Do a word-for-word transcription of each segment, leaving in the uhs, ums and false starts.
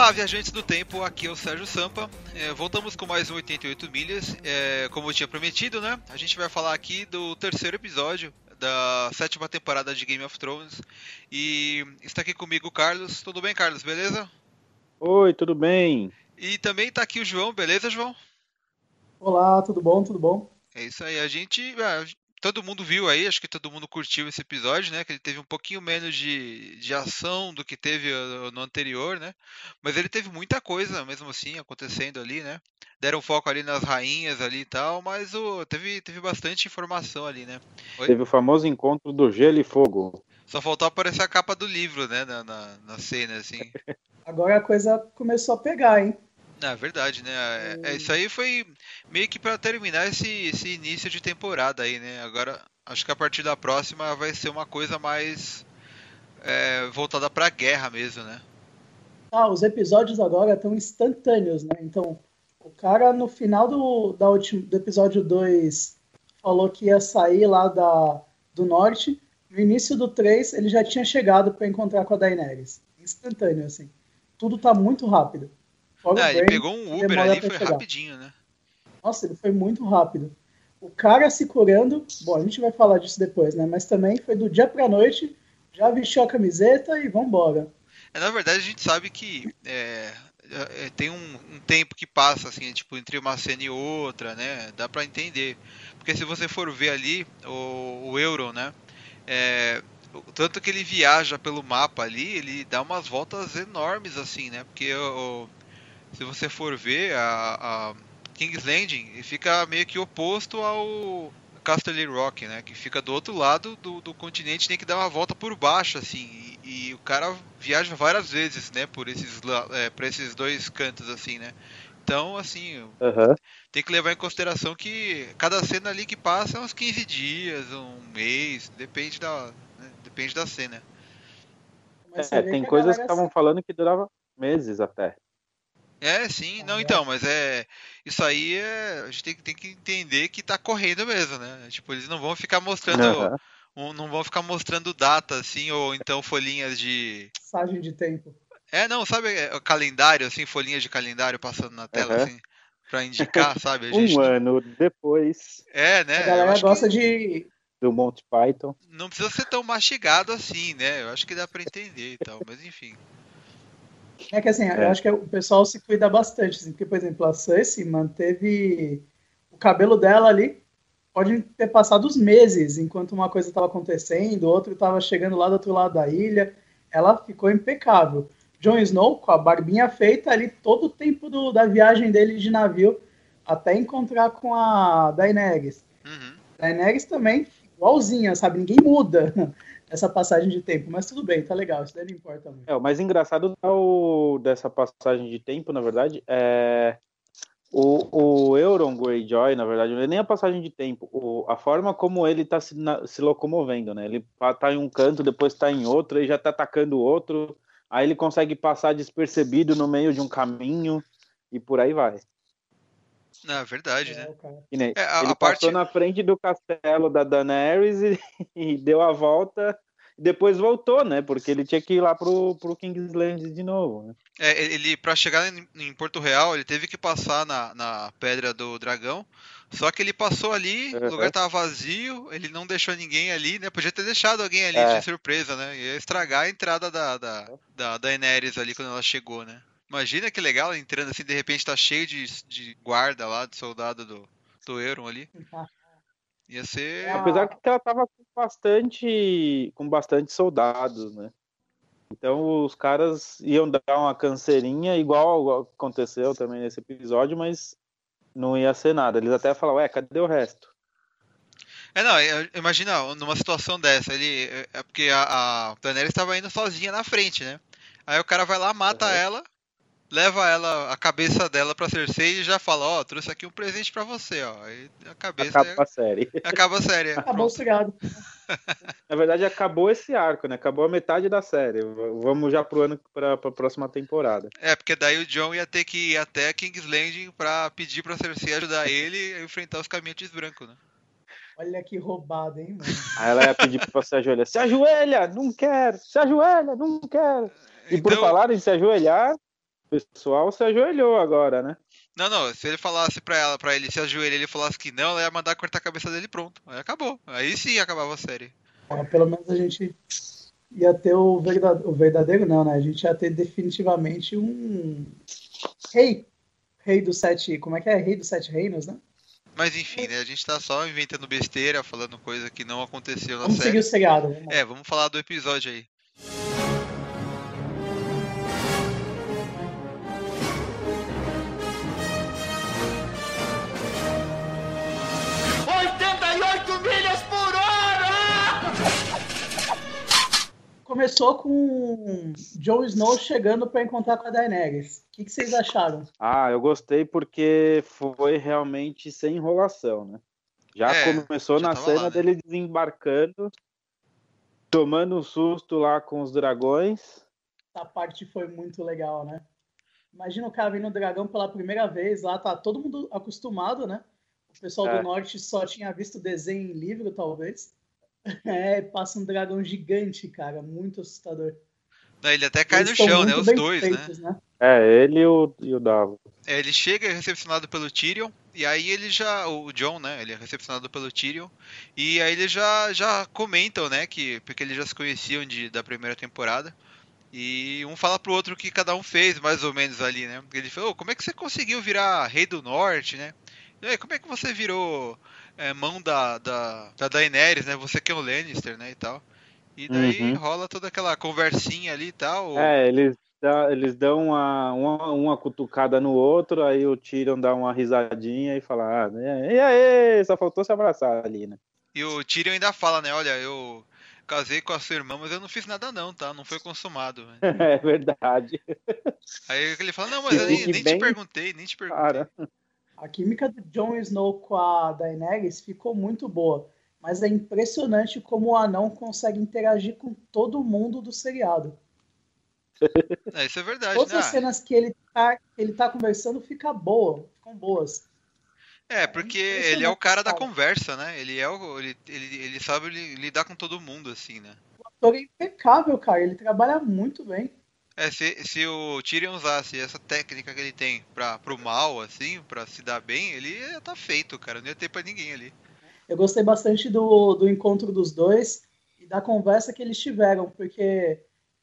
Olá, viajantes do tempo, aqui é o Sérgio Sampa. É, voltamos com mais um oitenta e oito milhas. É, como eu tinha prometido, né? A gente vai falar aqui do terceiro episódio da sétima temporada de Game of Thrones. E está aqui comigo o Carlos. Tudo bem, Carlos? Beleza? Oi, tudo bem? E também está aqui o João. Beleza, João? Olá, tudo bom? Tudo bom? É isso aí. A gente... ah, todo mundo viu aí, acho que todo mundo curtiu esse episódio, né? Que ele teve um pouquinho menos de, de ação do que teve uh, no anterior, né? Mas ele teve muita coisa, mesmo assim, acontecendo ali, né? Deram foco ali nas rainhas ali e tal, mas o, teve, teve bastante informação ali, né? Oi? Teve o famoso encontro do gelo e fogo. Só faltou aparecer a capa do livro, né? Na, na, na cena, assim. Agora a coisa começou a pegar, hein? É verdade, né? É, é, isso aí foi meio que pra terminar esse, esse início de temporada aí, né? Agora, acho que a partir da próxima vai ser uma coisa mais é, voltada pra guerra mesmo, né? Ah, os episódios agora estão instantâneos, né? Então, o cara no final do, da ultim, do episódio dois falou que ia sair lá da, do norte. No início do três ele já tinha chegado para encontrar com a Daenerys. Instantâneo, assim. Tudo tá muito rápido. Fora o Ah, ele Brain, pegou um que Uber demora ali e para foi chegar. rapidinho, né? Nossa, ele foi muito rápido. O cara se curando, bom, a gente vai falar disso depois, né? Mas também foi do dia pra noite, já vestiu a camiseta e vambora. É, na verdade, a gente sabe que é, é, tem um, um tempo que passa, assim, tipo, entre uma cena e outra, né? Dá pra entender. Porque se você for ver ali, o, o Euron, né? É, o tanto que ele viaja pelo mapa ali, ele dá umas voltas enormes, assim, né? Porque o, se você for ver, a, a King's Landing ele fica meio que oposto ao Casterly Rock, né? Que fica do outro lado do, do continente, tem que dar uma volta por baixo, assim. E, e o cara viaja várias vezes, né? Por esses, é, por esses dois cantos, assim, né? Então, assim, Uhum. tem que levar em consideração que cada cena ali que passa é uns quinze dias, um mês, depende da, né? Depende da cena. Mas você É, vê tem que a coisas que galera. estavam falando que durava meses até. É, sim, não, Caraca. então, mas é. Isso aí é. A gente tem, que- tem que entender que tá correndo mesmo, né? Tipo, eles não vão ficar mostrando. Uhum. um- Não vão ficar mostrando data, assim, ou então folhinhas de. Passagem de tempo. É, não, sabe, é, o calendário, assim, folhinhas de calendário passando na tela, Uhum. assim, pra indicar, sabe? A Um gente não. ano depois É, A né? Eu galera acho gosta que de. do Monty Python. não precisa ser tão mastigado assim, né? Eu acho que dá pra entender e tal, mas enfim. É que assim, eu É. acho que o pessoal se cuida bastante, assim, porque, por exemplo, a Cersei manteve o cabelo dela ali. Pode ter passado os meses enquanto uma coisa estava acontecendo, outro estava chegando lá do outro lado da ilha. Ela ficou impecável. Jon Snow, com a barbinha feita ali todo o tempo do, da viagem dele de navio, até encontrar com a Daenerys. Uhum. Daenerys também, igualzinha, sabe? Ninguém muda essa passagem de tempo, mas tudo bem, tá legal, isso daí não importa muito. É, o mais engraçado é o- dessa passagem de tempo, na verdade, é o, o Euron Greyjoy, na verdade, não é nem a passagem de tempo, o- a forma como ele está se, na- se locomovendo, né? Ele tá em um canto, depois está em outro, aí já está atacando o outro, aí ele consegue passar despercebido no meio de um caminho e por aí vai. Na verdade, né? É, cara. E, né, É, a, ele a passou parte. na frente do castelo da Daenerys e, e deu a volta e depois voltou, né? Porque ele tinha que ir lá pro, pro King's Landing de novo, né? É, ele, pra chegar em, em Porto Real, ele teve que passar na, na Pedra do Dragão. Só que ele passou ali, o lugar Uhum. tava vazio, ele não deixou ninguém ali, né? Podia ter deixado alguém ali de É, surpresa, né? Ia estragar a entrada da, da, da Daenerys ali quando ela chegou, né? Imagina que legal ela entrando assim, de repente tá cheio de, de guarda lá, de soldado do, do Euron ali. Ia É ser. apesar a, que ela tava com bastante, com bastante soldados, né? Então os caras iam dar uma canseirinha, igual aconteceu também nesse episódio, mas não ia ser nada. Eles até falaram, ué, cadê o resto? É, não, é, imagina numa situação dessa, ele. É é porque a, a Daenerys estava indo sozinha na frente, né? Aí o cara vai lá, mata Uhum. ela, leva ela, a cabeça dela pra Cersei e já fala, ó, trouxe aqui um presente pra você, ó. Aí a cabeça Acaba é- a série. acaba a série, é, acabou o pronto. seriado. Na verdade, acabou esse arco, né? Acabou a metade da série. V- Vamos já pro ano para a próxima temporada. É, porque daí o Jon ia ter que ir até King's Landing pra pedir pra Cersei ajudar ele a enfrentar os caminhantes brancos, né? Olha que roubada, hein, mano? Aí ela ia pedir pra se ajoelhar. Se ajoelha! Não quero! Se ajoelha! Não quero! E por Então, falar em se ajoelhar, pessoal se ajoelhou agora, né? Não, não, se ele falasse pra ela, pra ele se ajoelhar, ele falasse que não, ela ia mandar cortar a cabeça dele, pronto. Aí acabou. Aí sim acabava a série. Ah, pelo menos a gente ia ter o verdadeiro, o verdadeiro não, né? A gente ia ter definitivamente um rei. Rei dos sete. Como é que é? Rei dos sete reinos, né? Mas enfim, né? A gente tá só inventando besteira, falando coisa que não aconteceu na Vamos seguir o série. seriado. Vamos lá. É, vamos falar do episódio aí. oitenta e oito milhas por hora! Começou com Jon Snow chegando para encontrar com a Daenerys. O que, que vocês acharam? Ah, eu gostei porque foi realmente sem enrolação, né? Já É, começou já na tava cena lá, né? dele desembarcando, tomando um susto lá com os dragões. Essa parte foi muito legal, né? Imagina o cara vindo no dragão pela primeira vez, lá tá todo mundo acostumado, né? O pessoal do É. norte só tinha visto desenho em livro, talvez. É, passa um dragão gigante, cara, muito assustador. Não, ele até cai Eles no estão chão, né? muito Os bem dois, né? feitos, né? É, ele e o, e o Davos. É, ele chega recepcionado pelo Tyrion, e aí ele já, o Jon, né, ele é recepcionado pelo Tyrion, e aí eles já, já comentam, né, que, porque eles já se conheciam de, da primeira temporada, e um fala pro outro o que cada um fez, mais ou menos ali, né, ele falou, "Ô, como é que você conseguiu virar Rei do Norte, né, e aí, como é que você virou é, mão da, da, da Daenerys, né, você que é o Lannister, né, e tal, e daí Uhum. rola toda aquela conversinha ali e tal, É, eles, dá- eles dão uma, uma, uma cutucada no outro, aí o Tyrion dá uma risadinha e fala, ah, né, e aí, só faltou se abraçar ali, né? e o Tyrion ainda fala, né? Olha, eu casei com a sua irmã, mas eu não fiz nada não, tá? Não foi consumado. Né? É verdade. Aí ele fala, não, mas Que eu nem, fique nem te bem perguntei, nem te perguntei. cara. A química do Jon Snow com a Daenerys ficou muito boa, mas é impressionante como o anão consegue interagir com todo mundo do seriado. É, isso é verdade, Todas né? as Ah, cenas que ele tá, que ele tá conversando ficam boas, ficam boas. é, É porque ele é o impressionante, cara da cara. conversa, né? Ele é o, ele, ele, ele sabe li- lidar com todo mundo, assim, né? O ator é impecável, cara. Ele trabalha muito bem. É, se, se o Tyrion usasse essa técnica que ele tem pra, pro mal, assim, pra se dar bem, ele ia tá feito, cara. Não ia ter pra ninguém ali. Eu gostei bastante do, do encontro dos dois e da conversa que eles tiveram, porque,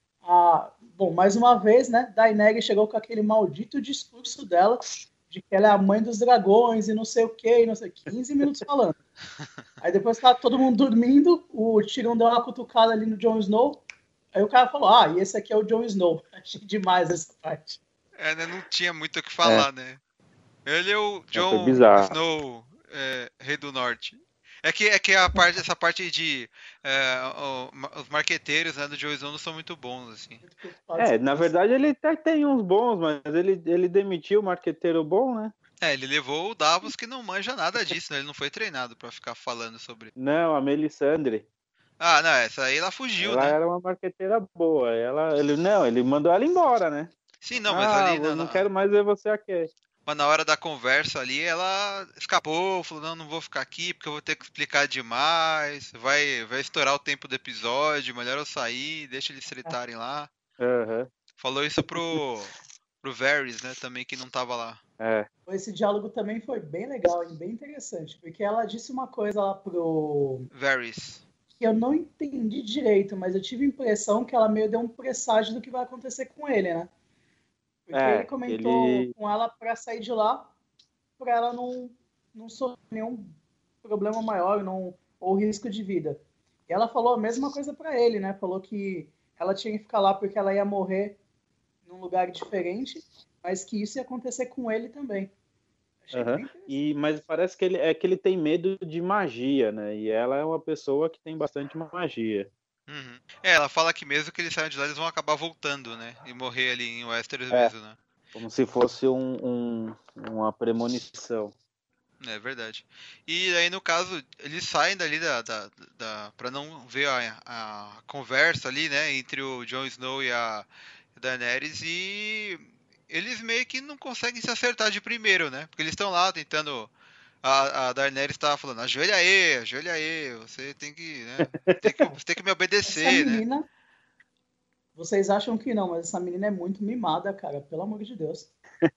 a, bom, mais uma vez, né, Daenerys chegou com aquele maldito discurso dela de que ela é a mãe dos dragões e não sei o que, e não sei, quinze minutos falando. Aí depois tá todo mundo dormindo, o Tyrion deu uma cutucada ali no Jon Snow, aí o cara falou, ah, e esse aqui é o Jon Snow. Achei demais essa parte. É, né? Não tinha muito o que É, falar, né? Ele é o é, foi Jon bizarro. Snow, é, Rei do Norte. É que, é que a parte, essa parte de é, o- os marqueteiros, né, do Jon Snow não são muito bons, assim. Muito preocupados É, com na isso. verdade ele até tem uns bons, mas ele, ele demitiu o marqueteiro bom, né? É, ele levou o Davos que não manja nada disso, né? Ele não foi treinado pra ficar falando sobre. Não, a Melisandre. Ah, não, essa aí ela fugiu, Ela né? era uma marqueteira boa. Ela, ele, não, ele mandou ela embora, né? Sim, não, mas Ah, ali eu na, não na- quero mais ver você aqui. mas na hora da conversa ali, ela escapou, falou, não, não vou ficar aqui porque eu vou ter que explicar demais, vai, vai estourar o tempo do episódio, melhor eu sair, deixa eles tretarem lá. Aham, Falou isso pro, pro Varys, né, também que não tava lá. é. Esse diálogo também foi bem legal e bem interessante, porque ela disse uma coisa lá pro. Varys. Que eu não entendi direito, mas eu tive a impressão que ela meio deu um presságio do que vai acontecer com ele, né? Porque ele É, comentou ele. com ela pra sair de lá, pra ela não, não sofrer nenhum problema maior não, ou risco de vida. E ela falou a mesma coisa pra ele, né? Falou que ela tinha que ficar lá porque ela ia morrer num lugar diferente, mas que isso ia acontecer com ele também. Achei Aham. bem interessante. E, mas parece que ele é que ele tem medo de magia, né? E ela é uma pessoa que tem bastante magia. Uhum. É, ela fala que mesmo que eles saiam de lá, eles vão acabar voltando, né? E morrer ali em Westeros É, mesmo, né? como se fosse um, um- uma premonição. É verdade. E aí, no caso, eles saem dali da, da, da para não ver a, a conversa ali, né, entre o Jon Snow e a Daenerys e eles meio que não conseguem se acertar de primeiro, né? Porque eles estão lá tentando a, a Daenerys tá falando, ajoelha aí, ajoelha aí, você tem que, né, tem que, você tem que me Essa obedecer, né? menina Vocês acham que não, mas essa menina é muito mimada, cara, pelo amor de Deus.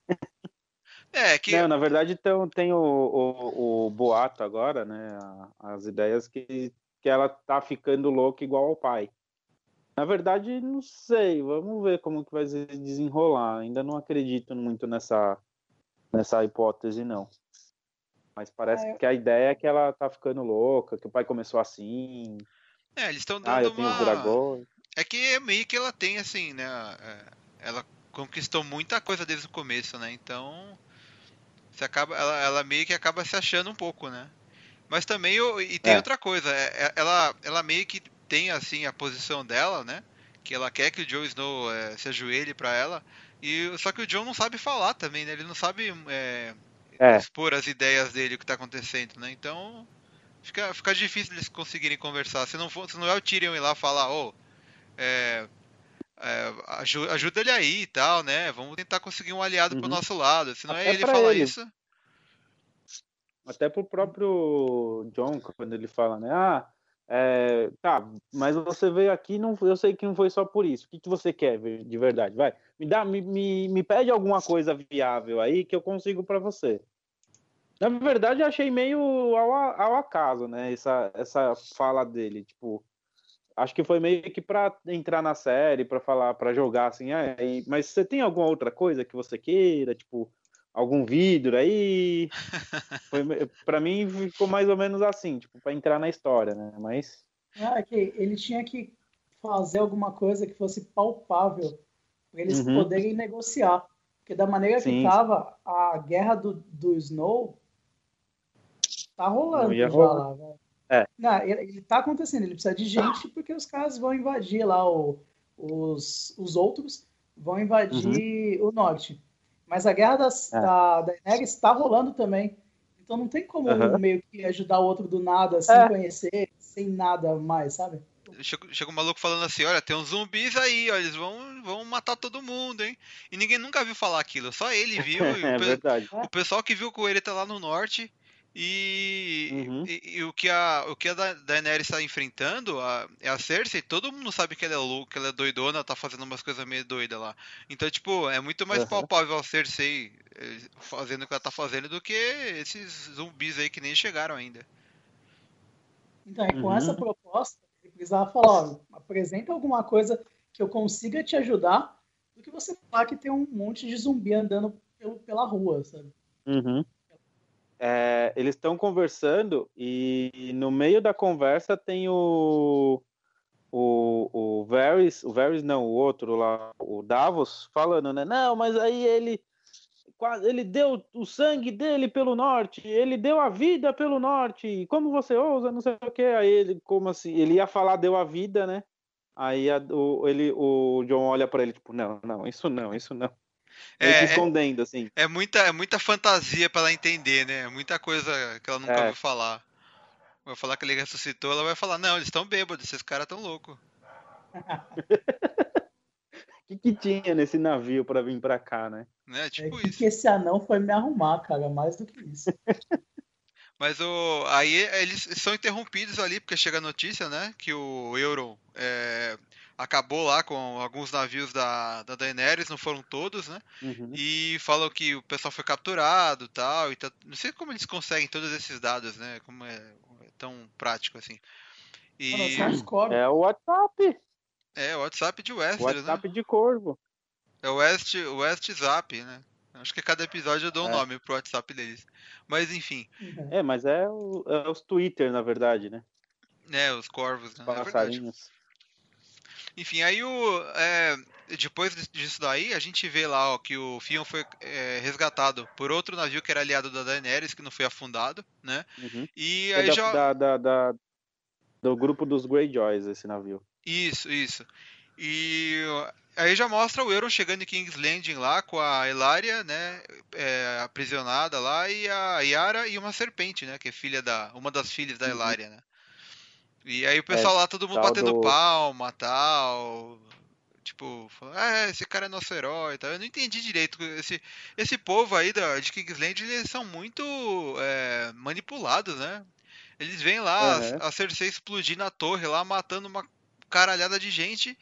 É, que... Não, na verdade então, tem o, o, o boato agora, né? As ideias que, que ela tá ficando louca igual ao pai. Na verdade, não sei. Vamos ver como que vai se desenrolar. Ainda não acredito muito nessa, nessa hipótese, não. Mas parece Ah, eu... que a ideia é que ela tá ficando louca, que o pai começou assim. É, eles estão Ah, dando eu tenho os uma... dragões. É que é meio que ela tem, assim, né? é, Ela conquistou muita coisa desde o começo, né? Então, você acaba, ela, ela meio que acaba se achando um pouco, né? Mas também, eu- e tem É. outra coisa, é- é- ela, ela meio que tem, assim, a posição dela, né? Que ela quer que o Jon Snow é, se ajoelhe pra ela. E, só que o Jon não sabe falar também, né? Ele não sabe é, É. expor as ideias dele, o que tá acontecendo, né? Então, fica, fica difícil eles conseguirem conversar. Se não, for, se não é o Tyrion ir lá falar, ô, é, é, aju- ajuda ele aí e tal, né? Vamos tentar conseguir um aliado pro Uhum. nosso lado. Se não é Até ele pra falar ele. isso, Até pro próprio John, quando ele fala, né? Ah, é, tá, mas você veio aqui, não, eu sei que não foi só por isso. O que, que você quer de verdade? Vai, me dá, me, me, me pede alguma coisa viável aí que eu consigo pra você. Na verdade, eu achei meio ao, ao acaso, né? Essa, essa fala dele, tipo, acho que foi meio que pra entrar na série, pra falar, pra jogar assim, ah, e- mas você tem alguma outra coisa que você queira, tipo, algum vidro aí? Foi, pra mim ficou mais ou menos assim, tipo, pra entrar na história, né? Mas. Ah, é que ele tinha que fazer alguma coisa que fosse palpável para eles Uhum, poderem negociar. Porque da maneira que sim, tava, a guerra do, do Snow tá não ia rolando já rolar. lá, velho. É. Não, ele, ele tá acontecendo, ele precisa de gente porque os caras vão invadir lá, o, os, os outros vão Uhum, invadir o norte. Mas a guerra das, é. da Daenerys está rolando também. Então não tem como um Uhum. meio que ajudar o outro do nada, sem É. conhecer, sem nada mais, sabe? chega, chega um maluco falando assim, olha, tem uns zumbis aí, ó, eles vão, vão matar todo mundo, hein? E ninguém nunca viu falar aquilo, só ele viu, e o, É pe- verdade. o pessoal que viu com ele tá lá no norte, e, Uhum, e, e o que a, o que a Da- Daenerys está enfrentando a, é a Cersei, todo mundo sabe que ela é louca, que ela é doidona, ela tá fazendo umas coisas meio doidas lá. Então, tipo, é muito mais uhum, palpável a Cersei eh, fazendo o que ela tá fazendo do que esses zumbis aí que nem chegaram ainda. Então, é com essa uhum. proposta, ele precisava falar, ó, apresenta alguma coisa que eu consiga te ajudar, do que você falar que tem um monte de zumbi andando pelo, pela rua, sabe? Uhum. É, eles estão conversando e no meio da conversa tem o o, o Varys, o Varys não, o outro lá, o Davos, falando, né? Não, mas aí ele ele deu o sangue dele pelo norte, ele deu a vida pelo norte, como você ousa, não sei o que, aí ele, como assim, ele ia falar deu a vida, né? Aí a, o, ele, o John olha pra ele, tipo, não, não, isso não, isso não. Meio que É, é, escondendo, assim. É muita, é muita fantasia pra ela entender, né? É muita coisa que ela nunca ouviu É, falar. Vai falar que ele ressuscitou, ela vai falar, não, eles estão bêbados, esses caras estão loucos. o que que tinha nesse navio pra vir pra cá, né? Né? É Tipo que, que isso. esse anão foi me arrumar, cara, mais do que isso. Mas o, aí eles são interrompidos ali, porque chega a notícia, né? Que o Euron é, acabou lá com alguns navios da, da Daenerys, não foram todos, né? Uhum. E falam que o pessoal foi capturado tal, e tal. Não sei como eles conseguem todos esses dados, né? Como é, é tão prático assim. Mano, são E os corvos. É o WhatsApp, é o WhatsApp de o Westeros, né? WhatsApp de Corvo. É o West, o West Zap, né? Acho que cada episódio eu dou um É, nome pro WhatsApp deles. Mas enfim, Uhum. é mas é, o, é os Twitter, na verdade, né? né? Os corvos, né? É verdade. Passarinhos. Enfim, aí o. É, depois disso daí, a gente vê lá ó, que o Theon foi é, resgatado por outro navio que era aliado da Daenerys, que não foi afundado, né? Uhum. E É aí da, já. da, da, da- do grupo dos Greyjoys, esse navio. Isso, isso. E aí já mostra o Euron chegando em King's Landing lá com a Ellaria, né, é, aprisionada lá, e a Yara e uma serpente, né, que é filha da, uma das filhas da Uhum. Ellaria, né. E aí o É, pessoal lá, todo mundo tal batendo do... palma, tal, tipo, falando, ah, esse cara é nosso herói, e tal. Eu não entendi direito esse esse povo aí da, de King's Landing, eles são muito é, manipulados, né. Eles veem lá Uhum. a Cersei explodir na torre lá, matando uma caralhada de gente.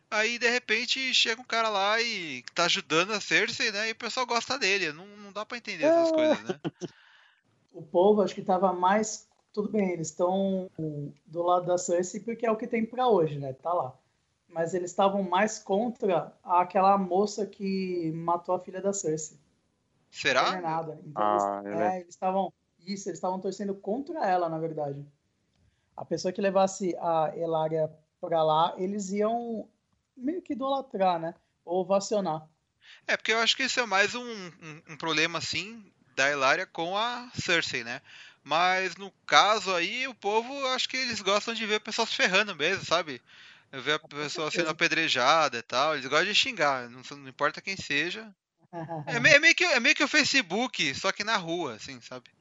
Aí, de repente, chega um cara lá e tá ajudando a Cersei, né? E o pessoal gosta dele. Não, não dá pra entender essas coisas, né? O povo acho que tava mais. Tudo bem, eles estão do lado da Cersei porque é o que tem pra hoje, né? Tá lá. Mas eles estavam mais contra aquela moça que matou a filha da Cersei. Será? Envenenada. Então Ah, eles é, né? é, eles estavam. Isso, eles estavam torcendo contra ela, na verdade. A pessoa que levasse a Elária pra lá, eles iam meio que idolatrar, né? Ou ovacionar. É, porque eu acho que isso é mais um, um, um problema, assim, da Ellaria com a Cersei, né? Mas no caso aí, o povo, eu acho que eles gostam de ver pessoas se ferrando mesmo, sabe? Ver a Com pessoa sendo certeza. apedrejada e tal. Eles gostam de xingar, não, não importa quem seja. É, me- é meio que, é meio que o Facebook, só que na rua, assim, sabe?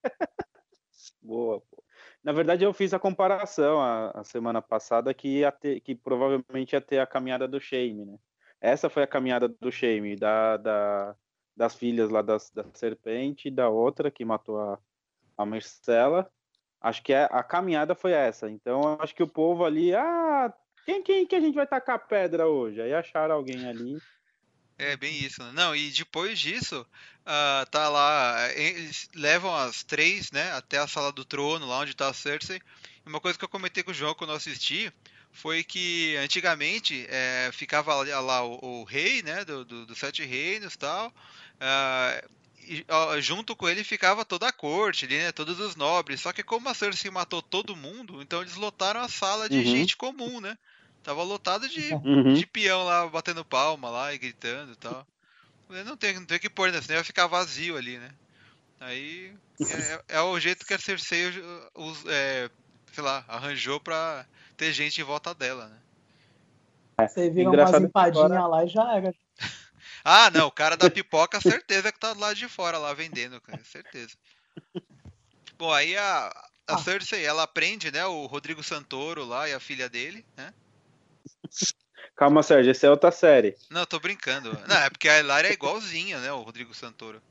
Boa, pô. Na verdade, eu fiz a comparação a, a semana passada que, ia ter, que provavelmente ia ter a caminhada do Shaime, né? Essa foi a caminhada do Shaime, da, da, das filhas lá das, da Serpente e da outra que matou a, a Myrcella. Acho que é, a caminhada foi essa. Então, eu acho que o povo ali, ah, quem, quem que a gente vai tacar pedra hoje? Aí acharam alguém ali. É bem isso, né? Não, e depois disso, ah, tá lá, eh, eles levam as três, né, até a sala do trono, lá onde tá a Cersei. E uma coisa que eu comentei com o João quando eu assisti foi que antigamente eh, ficava lá, lá o, o rei, né, do, do- dos sete reinos e tal. ah, e, ó, junto com ele ficava toda a corte ali, né, todos os nobres. Só que como a Cersei matou todo mundo, então eles lotaram a sala de Uhum, gente comum, né? Tava lotado de uhum. de peão lá, batendo palma lá e gritando e tal. Eu Não tem, não tem que pôr, né? Senão vai ficar vazio ali, né? Aí é, é o jeito que a Cersei os, é, sei lá, arranjou pra ter gente em volta dela, né? Você vira umas Engraçado que agora. empadinhas lá e já era. Ah, não, o cara da pipoca, certeza que tá do lado de fora lá vendendo, cara, certeza. Bom, aí a, a Ah, Cersei, ela prende, né, o Rodrigo Santoro lá e a filha dele, né? Calma, Sérgio, essa é outra série. Não, tô brincando. Não, é porque a Hilária é igualzinha, né, o Rodrigo Santoro.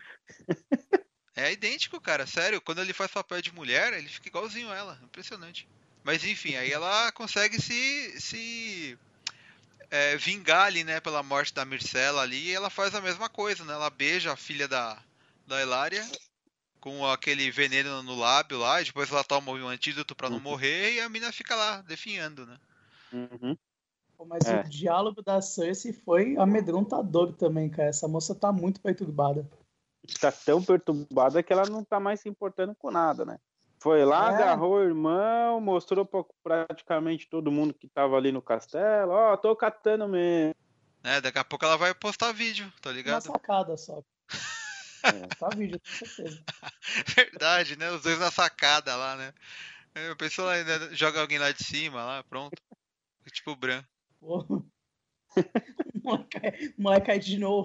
É idêntico, cara, sério. Quando ele faz papel de mulher, ele fica igualzinho a ela. Impressionante. Mas enfim, aí ela consegue se, se é, vingar ali, né, pela morte da Myrcella ali, e ela faz a mesma coisa, né? Ela beija a filha da, da Ellaria com aquele veneno no lábio lá, e depois ela toma um antídoto pra não Uhum, morrer, e a mina fica lá, definhando, né? uhum. pô, mas o É, diálogo da Cersei foi amedrontador também, cara. Essa moça tá muito perturbada. tá tão perturbada que ela não tá mais se importando com nada, né? Foi lá, É, agarrou o irmão, mostrou pra praticamente todo mundo que tava ali no castelo, ó, oh, tô catando mesmo. Né, daqui a pouco ela vai postar vídeo, tá uma ligado? sacada só. É. Tá vídeo, com certeza. Verdade, né? Os dois na sacada lá, né? Eu penso lá, né, joga alguém lá de cima, lá, pronto. Tipo o Bran. Pô, o moleque cai- o moleque cai de novo.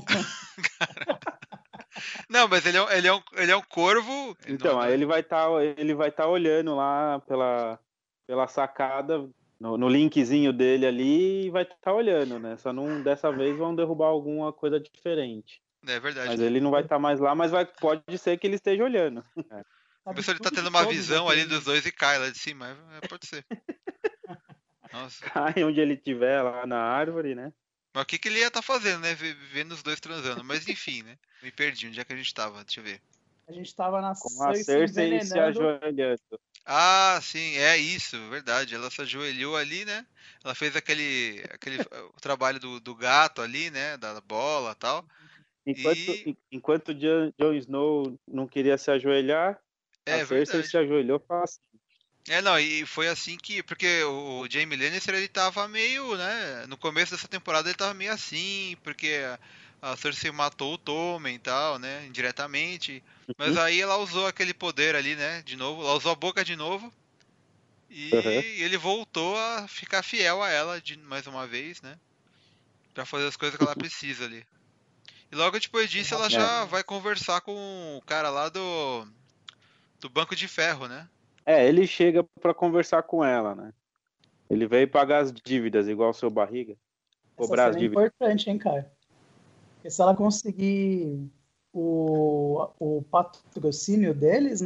Não, mas ele é, um- ele é, um, ele é um corvo. Ele não, Então, não aí é- ele vai estar ele vai tá olhando lá pela, pela sacada, no, no linkzinho dele ali, e vai estar tá olhando, né? Só não, dessa vez vão derrubar alguma coisa diferente. é verdade, Mas né? ele não vai estar tá mais lá, mas vai, pode ser que ele esteja olhando. É. Ver Sabe se ele tá tudo tendo de uma todos visão ali aqueles. dos dois e cai lá de cima. É, é, pode ser. Nossa. Cai onde ele estiver, lá na árvore, né? Mas o que, que ele ia estar fazendo, né? Ve- Vendo os dois transando. Mas enfim, né? Me perdi. Onde é que a gente tava? Deixa eu ver. A gente tava na Com a Cersei Cersei se envenenando. ajoelhando. Ah, sim, é isso, verdade. Ela se ajoelhou ali, né? Ela fez aquele, aquele o trabalho do, do gato ali, né? Da bola e tal. Enquanto, E enquanto Jon Jon Snow não queria se ajoelhar, a é Cersei se verdade. ajoelhou fácil. É, não, e foi assim que, porque o Jaime Lannister ele tava meio, né, no começo dessa temporada ele tava meio assim, porque a, a Cersei matou o Tommen e tal, né, indiretamente, mas Uhum, aí ela usou aquele poder ali, né, de novo, ela usou a boca de novo, uhum. e ele voltou a ficar fiel a ela de mais uma vez, né, pra fazer as coisas que ela precisa ali. E logo depois disso ela já Exatamente. vai conversar com o cara lá do, do Banco de Ferro, né. É, ele chega pra conversar com ela, né? Ele veio pagar as dívidas, igual o seu barriga. Essa Cobrar as cena é dívidas. importante, hein, cara? Porque se ela conseguir o, o patrocínio deles, né?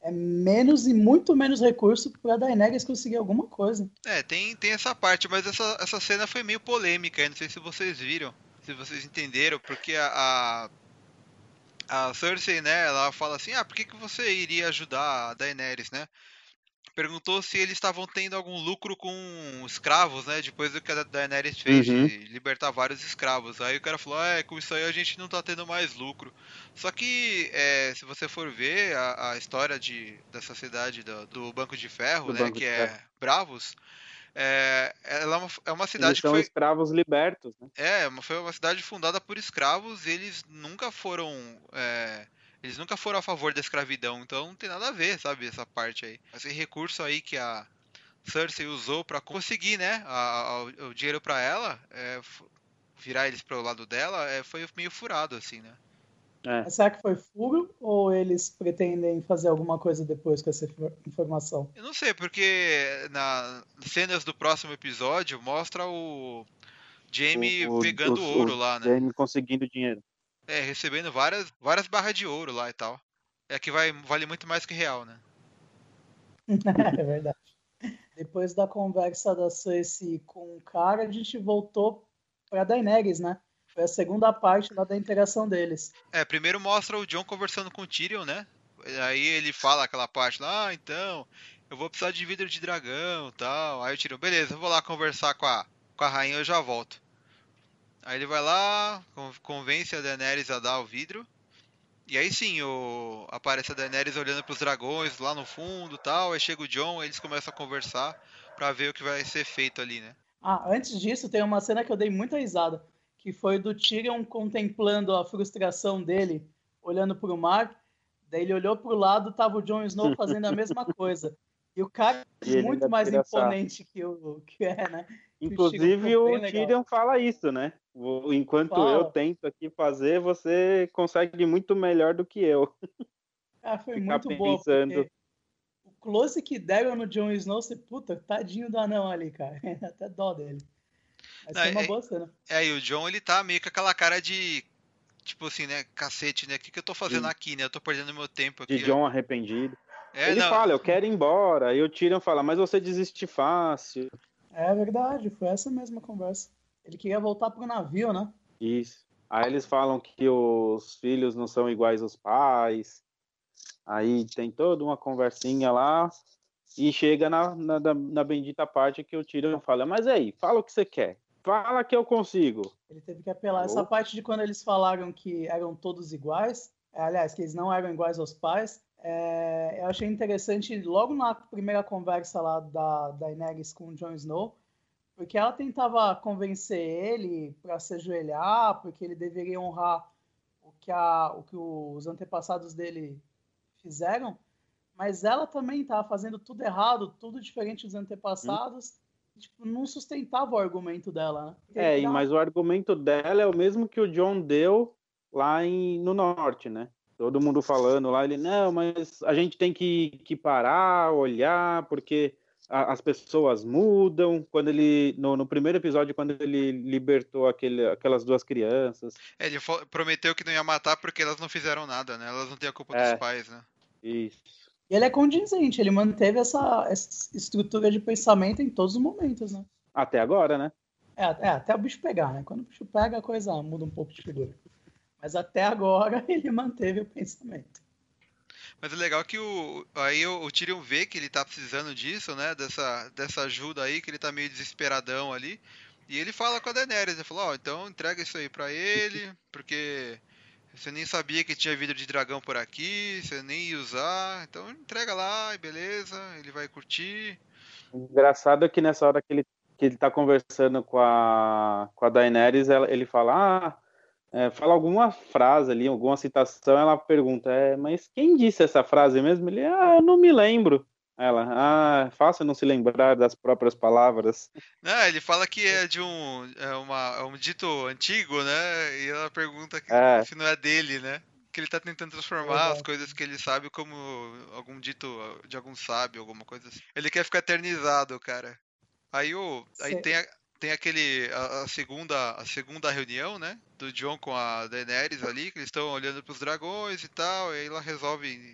é menos e muito menos recurso pra Daenerys conseguir alguma coisa. É, tem, tem essa parte, mas essa, essa cena foi meio polêmica, eu não sei se vocês viram, se vocês entenderam, porque a, a, a Cersei, né, ela fala assim, ah, por que, que você iria ajudar a Daenerys, né? Perguntou se eles estavam tendo algum lucro com escravos, né? Depois do que a Daenerys fez Uhum. de libertar vários escravos. Aí o cara falou, ah, é, com isso aí a gente não tá tendo mais lucro. Só que, é, se você for ver a, a história de, dessa cidade do, do Banco de Ferro, Do né? Banco Que de é Ferro. Bravos, é, ela é uma, é uma Eles cidade que são foi... escravos libertos, né? É, uma- foi uma cidade fundada por escravos e eles nunca foram... é, eles nunca foram a favor da escravidão, então não tem nada a ver, sabe, essa parte aí. Esse recurso aí que a Cersei usou pra conseguir, né, a- a- o dinheiro pra ela, é, f- virar eles pro lado dela, é, foi meio furado, assim, né. É. Mas será que foi furo ou eles pretendem fazer alguma coisa depois com essa infor- informação? Eu não sei, porque na cenas do próximo episódio mostra o Jaime O, o, pegando os, ouro os lá, né. Jaime conseguindo dinheiro. É, recebendo várias, várias barras de ouro lá e tal. É que vai, vale muito mais que real, né. É verdade. Depois da conversa da Cersei com o cara, a gente voltou pra Daenerys, né? Foi a segunda parte lá da interação deles. É, primeiro mostra o Jon conversando com o Tyrion, né? Aí ele fala aquela parte lá, ah, então, eu vou precisar de vidro de dragão e tal. Aí o Tyrion, beleza, eu vou lá conversar com a, com a rainha, eu já volto. Aí ele vai lá, con- convence a Daenerys a dar o vidro. E aí sim, o, aparece a Daenerys olhando pros dragões lá no fundo e tal. Aí chega o Jon, aí eles começam a conversar pra ver o que vai ser feito ali, né? Ah, antes disso, tem uma cena que eu dei muita risada, que foi do Tyrion contemplando a frustração dele, olhando pro mar. Daí ele olhou pro lado, tava o Jon Snow fazendo a mesma coisa. E o cara é E ele muito ainda mais tira sarro. imponente que o que é, né? Que Inclusive ficou bem o legal. Tyrion fala isso, né? O- Enquanto eu Fala. tento aqui fazer, você consegue muito melhor do que eu. Ah, foi Ficar muito boa, pensando. porque o close que deram no Jon Snow, você, puta, tadinho do anão ali, cara. Até dó dele. Mas Não, foi uma é, boa cena. é, e o Jon ele tá meio com aquela cara de, tipo assim, né, cacete, né? O que, que eu tô fazendo De, aqui, né? Eu tô perdendo meu tempo de aqui, ó. Jon arrependido. É, Ele não. fala, eu quero ir embora. E o Tyrion fala, mas você desiste fácil. É verdade, foi essa mesma conversa. Ele queria voltar pro navio, né? Isso. Aí eles falam que os filhos não são iguais aos pais. Aí tem toda uma conversinha lá. E chega na, na, na bendita parte que o Tyrion fala, mas aí, fala o que você quer. Fala que eu consigo. Ele teve que apelar. Alô? Essa parte de quando eles falaram que eram todos iguais, é, aliás, que eles não eram iguais aos pais, é, eu achei interessante logo na primeira conversa lá da Daenerys com o Jon Snow, porque ela tentava convencer ele para se ajoelhar, porque ele deveria honrar o que, a, o que os antepassados dele fizeram, mas ela também estava fazendo tudo errado, tudo diferente dos antepassados, hum. tipo, não sustentava o argumento dela, né? É, e, mas o argumento dela é o mesmo que o Jon deu lá em, no norte, né? Todo mundo falando lá, ele, não, mas a gente tem que, que parar, olhar, porque a, as pessoas mudam. Quando ele, no, no primeiro episódio, quando ele libertou aquele, aquelas duas crianças. É, ele fo- prometeu que não ia matar porque elas não fizeram nada, né? Elas não têm a culpa É. dos pais, né? Isso. E ele é condizente, ele manteve essa, essa estrutura de pensamento em todos os momentos, né? Até agora, né? É, é, até o bicho pegar, né? Quando o bicho pega, a coisa muda um pouco de figura. Mas até agora ele manteve o pensamento. Mas é legal que o, aí o, o Tyrion vê que ele tá precisando disso, né? Dessa, dessa ajuda aí, que ele tá meio desesperadão ali. E ele fala com a Daenerys, ele falou, ó, oh, então entrega isso aí pra ele, porque você nem sabia que tinha vidro de dragão por aqui, você nem ia usar, então entrega lá e beleza, ele vai curtir. Engraçado é que nessa hora que ele, que ele tá conversando com a, com a Daenerys, ela, ele fala, ah, é, fala alguma frase ali, alguma citação, ela pergunta, é, mas quem disse essa frase mesmo? Ele, ah, eu não me lembro. Ela, ah, é fácil não se lembrar das próprias palavras. Não, ele fala que é de um, é uma, é um dito antigo, né? E ela pergunta que, É. se não é dele, né? Que ele tá tentando transformar Exato. as coisas que ele sabe como algum dito de algum sábio, alguma coisa assim. Ele quer ficar eternizado, cara. Aí o, aí Cê- tem, a- tem aquele a, a segunda a segunda reunião, né? Do Jon com a Daenerys ali, que eles estão olhando pros dragões e tal, e aí ela resolve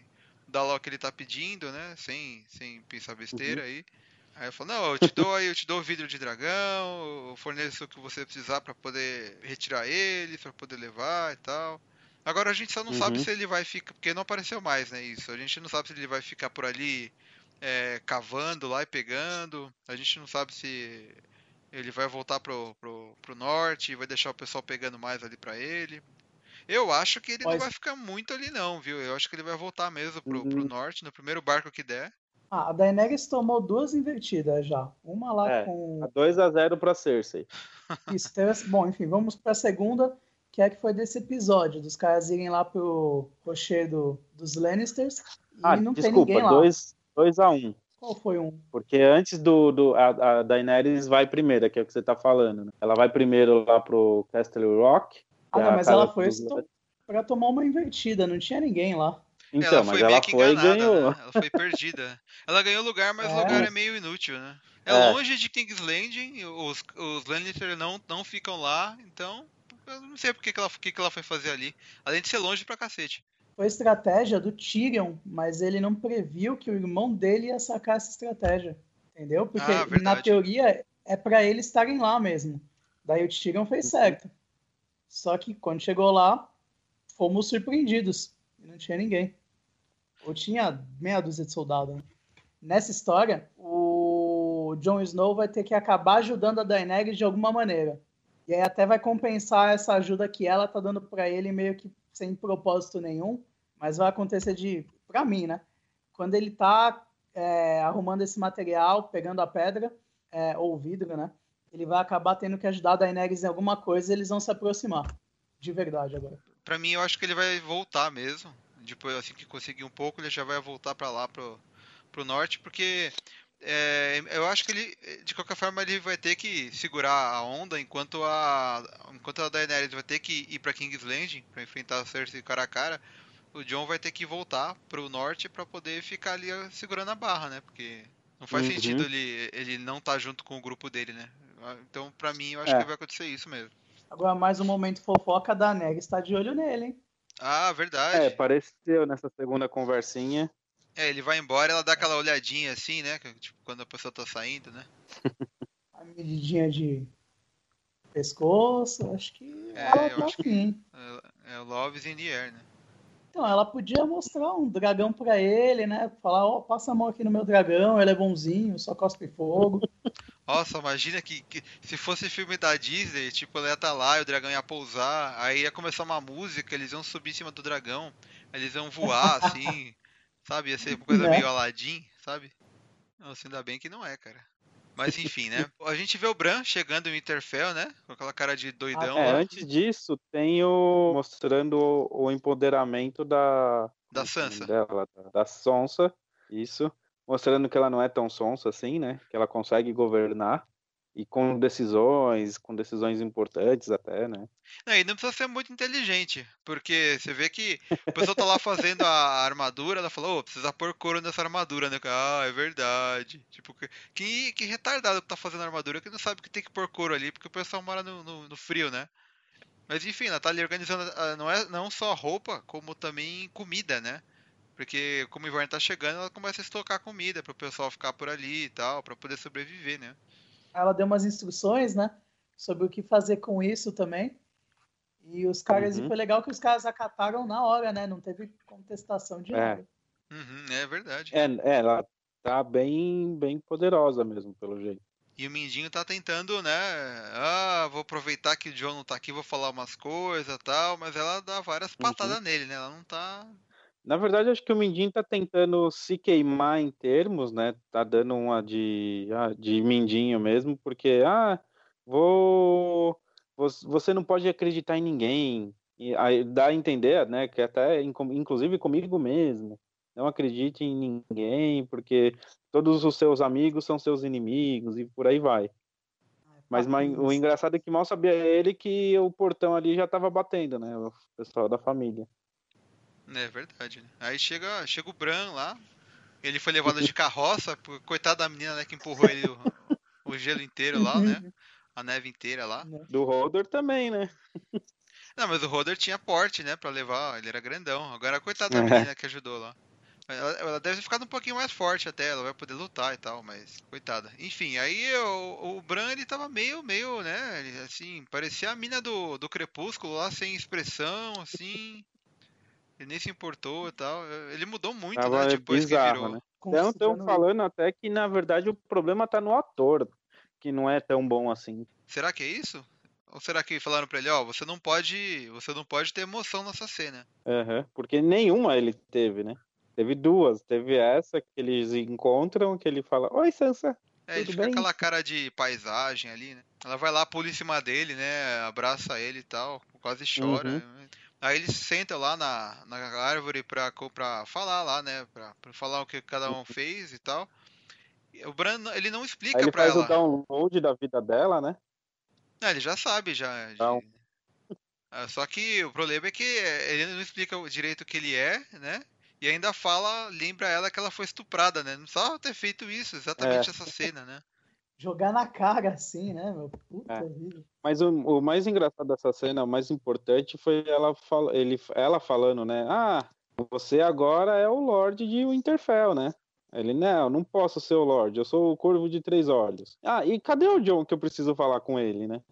dá lá o que ele tá pedindo, né? Sem, sem pensar besteira uhum. aí. Aí eu falo, não, eu te dou aí, eu te dou o vidro de dragão, eu forneço o que você precisar pra poder retirar ele, pra poder levar e tal. Agora a gente só não uhum. sabe se ele vai ficar, porque não apareceu mais, né, isso. A gente não sabe se ele vai ficar por ali é, cavando lá e pegando. A gente não sabe se ele vai voltar pro, pro, pro norte e vai deixar o pessoal pegando mais ali pra ele. Eu acho que ele Mas... não vai ficar muito ali não, viu? Eu acho que ele vai voltar mesmo pro, pro norte, no primeiro barco que der. Ah, a Daenerys tomou duas invertidas já. Uma lá é, com... dois a zero pra Cersei. Isso, teve... Bom, enfim, vamos pra segunda, que é que foi desse episódio, dos caras irem lá pro rochedo dos Lannisters e ah, não desculpa, tem ninguém lá. dois a um. Qual foi um? Porque antes do... do a, a Daenerys vai primeiro, que é o que você tá falando, né? Ela vai primeiro lá pro Castle Rock. Ah, não, mas ela foi to... pra tomar uma invertida, não tinha ninguém lá. Então, ela mas foi ela meio que foi enganada, e ganhou. Né? Ela foi perdida. Ela ganhou lugar, mas o é. lugar é meio inútil, né? É, é. longe de King's Landing, os, os Lannister não, não ficam lá, então eu não sei porque que ela, que que ela foi fazer ali. Além de ser longe pra cacete. Foi estratégia do Tyrion, mas ele não previu que o irmão dele ia sacar essa estratégia, entendeu? Porque ah, na teoria é pra eles estarem lá mesmo. Daí o Tyrion fez certo. Só que quando chegou lá, fomos surpreendidos. E não tinha ninguém. Ou tinha meia dúzia de soldados. Né? Nessa história, o Jon Snow vai ter que acabar ajudando a Daenerys de alguma maneira. E aí até vai compensar essa ajuda que ela tá dando pra ele, meio que sem propósito nenhum. Mas vai acontecer de... Pra mim, né? Quando ele tá é, arrumando esse material, pegando a pedra, é, ou o vidro, né? Ele vai acabar tendo que ajudar a Daenerys em alguma coisa e eles vão se aproximar. De verdade agora. Pra mim, eu acho que ele vai voltar mesmo. Depois, assim que conseguir um pouco, ele já vai voltar pra lá, pro, pro norte, porque é, eu acho que ele, de qualquer forma, ele vai ter que segurar a onda enquanto a, enquanto a Daenerys vai ter que ir pra King's Landing pra enfrentar a Cersei cara a cara. O Jon vai ter que voltar pro norte pra poder ficar ali segurando a barra, né? Porque não faz uhum. sentido ele, ele não estar tá junto com o grupo dele, né? Então, pra mim, eu acho é. que vai acontecer isso mesmo. Agora, mais um momento fofoca, a Daenerys está de olho nele, hein? Ah, verdade. É, pareceu nessa segunda conversinha. É, ele vai embora e ela dá aquela olhadinha assim, né? Tipo, quando a pessoa tá saindo, né? A medidinha de pescoço, acho que é, ela tá afim. É, é o Love's in the air, né? Então, ela podia mostrar um dragão pra ele, né? Falar, ó, oh, passa a mão aqui no meu dragão, ele é bonzinho, só cospe fogo. Nossa, imagina que, que se fosse filme da Disney, tipo, ela ia estar lá e o dragão ia pousar, aí ia começar uma música, eles iam subir em cima do dragão, eles iam voar, assim, sabe? Ia ser uma coisa é. meio Aladdin, sabe? Nossa, ainda bem que não é, cara. Mas enfim, né? A gente vê o Bran chegando em Winterfell, né? Com aquela cara de doidão. Ah, é, lá. Antes disso, tem o... mostrando o, o empoderamento da... Da Sansa. Dela, da, da Sonsa, isso. Mostrando que ela não é tão sonsa assim, né? Que ela consegue governar. E com decisões, com decisões importantes até, né? Não, e não precisa ser muito inteligente, porque você vê que o pessoal tá lá fazendo a armadura, ela falou, oh, precisa pôr couro nessa armadura, né? Ah, é verdade. Tipo, que, que retardado que tá fazendo a armadura, que não sabe que tem que pôr couro ali, porque o pessoal mora no, no, no frio, né? Mas enfim, ela tá ali organizando, não, é, não só roupa, como também comida, né? Porque como o inverno tá chegando, ela começa a estocar comida pro pessoal ficar por ali e tal, pra poder sobreviver, né? Ela deu umas instruções, né? Sobre o que fazer com isso também. E os caras, uhum. e foi legal que os caras acataram na hora, né? Não teve contestação de é. nada. Uhum, é verdade. É, é, ela tá bem, bem poderosa mesmo, pelo jeito. E o Mindinho tá tentando, né? Ah, vou aproveitar que o Jon não tá aqui, vou falar umas coisas e tal, mas ela dá várias patadas uhum. nele, né? Ela não tá... Na verdade, acho que o Mindinho tá tentando se queimar em termos, né? Tá dando uma de, ah, de Mindinho mesmo, porque, ah, vou... Você não pode acreditar em ninguém. E aí dá a entender, né? Que até, inclusive comigo mesmo, não acredite em ninguém, porque todos os seus amigos são seus inimigos e por aí vai. Mas, mas o engraçado é que mal sabia ele que o portão ali já tava batendo, né? O pessoal da família. É verdade, né? Aí chega, chega o Bran lá, ele foi levado de carroça, coitado da menina, né, que empurrou ele o, o gelo inteiro lá, né? A neve inteira lá. Do Hodor também, né? Não, mas o Hodor tinha porte, né, pra levar, ele era grandão. Agora coitado da menina que ajudou lá. Ela, ela deve ter ficado um pouquinho mais forte até, ela vai poder lutar e tal, mas coitada. Enfim, aí o, o Bran ele tava meio, meio, né, ele, assim, parecia a mina do, do Crepúsculo lá, sem expressão, assim, ele nem se importou e tal. Ele mudou muito, né, Tava depois que bizarro, virou. né? Então estão Considerando falando até que, na verdade, o problema tá no ator, que não é tão bom assim. Será que é isso? Ou será que falaram pra ele, ó, você não pode, você não pode ter emoção nessa cena? Uhum, porque nenhuma ele teve, né? Teve duas. Teve essa que eles encontram, que ele fala, oi, Sansa, É, ele tudo fica com bem? aquela cara de paisagem ali, né? Ela vai lá, pula em cima dele, né? Abraça ele e tal, quase chora. Uhum. Aí eles sentam lá na, na árvore pra, co- pra falar lá, né? Pra, pra falar o que cada um fez e tal. E o Bran, ele não Aí explica ele pra faz o ela. download da vida dela, né? Ah, ele já sabe, já. Então, de- ah, Só que o problema é que ele não explica o direito que ele é, né? E ainda fala, lembra ela que ela foi estuprada, né? Não precisava ter feito isso, é, exatamente essa cena, né? jogar na cara assim, né, meu? é. Puta vida. Mas o, o mais engraçado dessa cena, o mais importante foi ela, fal, ele, ela falando, né? Ah, você agora é o Lorde de Winterfell, né? Ele, não, não posso ser o Lorde, eu sou o Corvo de Três Olhos. Ah, e cadê o Jon que eu preciso falar com ele, né?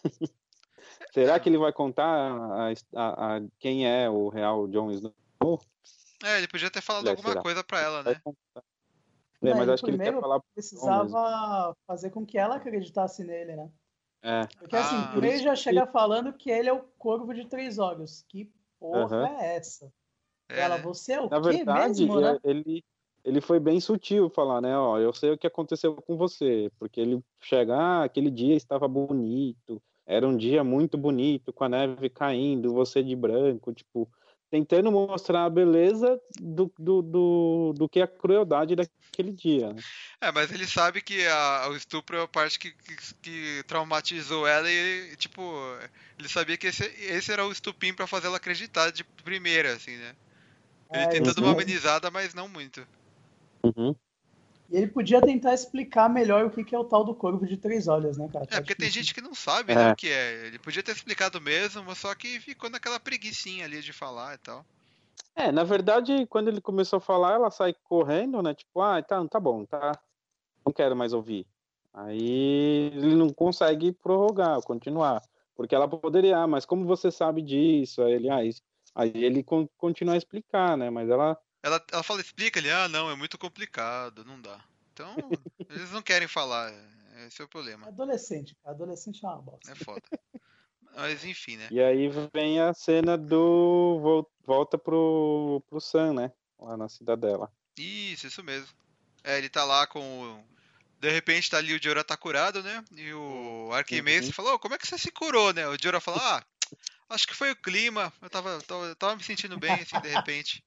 Será que É, ele vai contar a, a, a quem é o real Jon Snow? é, ele podia ter falado Aliás, alguma será? coisa pra ela, Vai né? contar. É, Não, mas ele acho que ele quer primeiro falar pro Jon mesmo. precisava fazer com que ela acreditasse nele, né? É, Porque assim, Ah, por primeiro isso já que... chega falando que ele é o Corvo de Três Olhos. Que porra Aham. é essa? é, Ela, né? você é o Na quê verdade, mesmo, é, né? ele, ele foi bem sutil falar, né? Ó, eu sei o que aconteceu com você, porque ele chega, ah, aquele dia estava bonito, era um dia muito bonito, com a neve caindo, você de branco, tipo, tentando mostrar a beleza do, do, do, do que é a crueldade daquele dia, né? É, mas ele sabe que a- o estupro é a parte que, que, que traumatizou ela e, tipo, ele sabia que esse, esse era o estupim pra fazer ela acreditar de primeira, assim, né? Ele É tenta dar isso uma Uhum, mesmo. amenizada, mas não muito. uhum. E ele podia tentar explicar melhor o que que é o tal do Corvo de Três Olhos, né, cara? É, Tá porque tem difícil. gente que não sabe, né, o É, que é. Ele podia ter explicado mesmo, mas só que ficou naquela preguicinha ali de falar e tal. é, na verdade, quando ele começou a falar, ela sai correndo, né? Tipo, ah, tá, tá bom, tá, não quero mais ouvir. Aí ele não consegue prorrogar, continuar, porque ela poderia, ah, mas como você sabe disso? Aí ele, ah, isso. Aí ele con- continua a explicar, né? Mas ela, Ela, ela fala, explica ele, ah, não, é muito complicado, não dá. Então, eles não querem falar, esse é o problema. Adolescente, cara. Adolescente é uma É bosta. foda. Mas enfim, né? e aí vem a cena do vol- volta pro pro Sam, né? Lá na cidadela. Isso, isso mesmo. É, ele tá lá com o... De repente tá ali o Jorah tá curado, né? E o Arquimedes Uhum. falou, "Ô, como é que você se curou, né? O Jorah falou, ah, acho que foi o clima. Eu tava, tava, eu tava me sentindo bem, assim, de repente.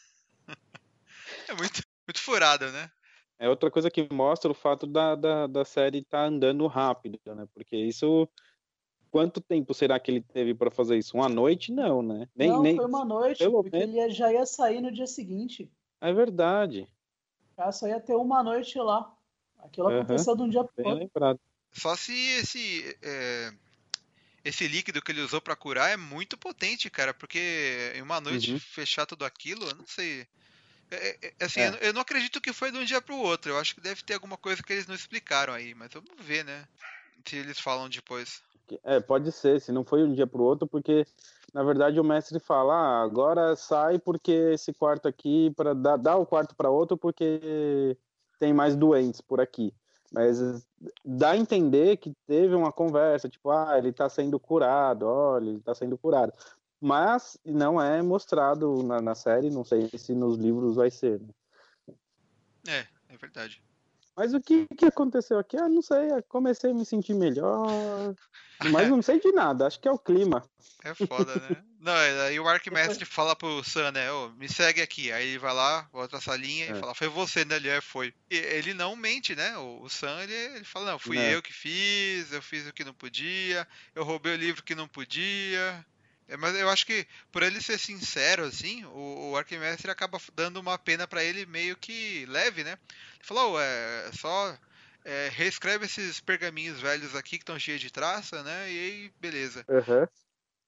É muito, muito furado, né? É outra coisa que mostra o fato da, da, da série estar andando rápido, né? Porque isso, quanto tempo será que ele teve para fazer isso? Uma noite? Não, né? Nem, Não, nem, foi uma noite, pelo porque menos, ele ia- já ia sair no dia seguinte. é verdade. O cara só ia ter uma noite lá. Aquilo Aham, aconteceu de um dia pro bem outro. lembrado. Só se esse, é, esse líquido que ele usou pra curar é muito potente, cara, porque em uma noite Uhum. fechar tudo aquilo, eu não sei. É, é, é, assim, eu, É. não- eu não acredito que foi de um dia pro outro. Eu acho que deve ter alguma coisa que eles não explicaram aí, mas vamos ver, né? Se eles falam depois. É, pode ser, se não foi um dia para o outro, porque na verdade o mestre fala, ah, agora sai porque esse quarto aqui, para dar, dar o quarto para outro porque tem mais doentes por aqui. Mas dá a entender que teve uma conversa, tipo, ah, ele está sendo curado, olha, ele está sendo curado. Mas não é mostrado na, na série, não sei se nos livros vai ser, né? É, é verdade. Mas o que, que aconteceu aqui? Ah, não sei, eu comecei a me sentir melhor, mas não sei de nada, acho que é o clima. É foda, né? Não, é, aí o Depois, Arquimestre fala pro Sam, né? Ô, me segue aqui. Aí ele vai lá, volta essa linha e É, fala, foi você, né? Ele é, foi. E ele não mente, né? O, o Sam, ele, ele fala, não, fui né? eu que fiz, eu fiz o que não podia, eu roubei o livro que não podia. É, mas eu acho que, por ele ser sincero, assim, o, o Arquimestre acaba dando uma pena pra ele meio que leve, né? Ele falou, oh, é só é, reescreve esses pergaminhos velhos aqui que estão cheios de traça, né? E aí, beleza. Uhum.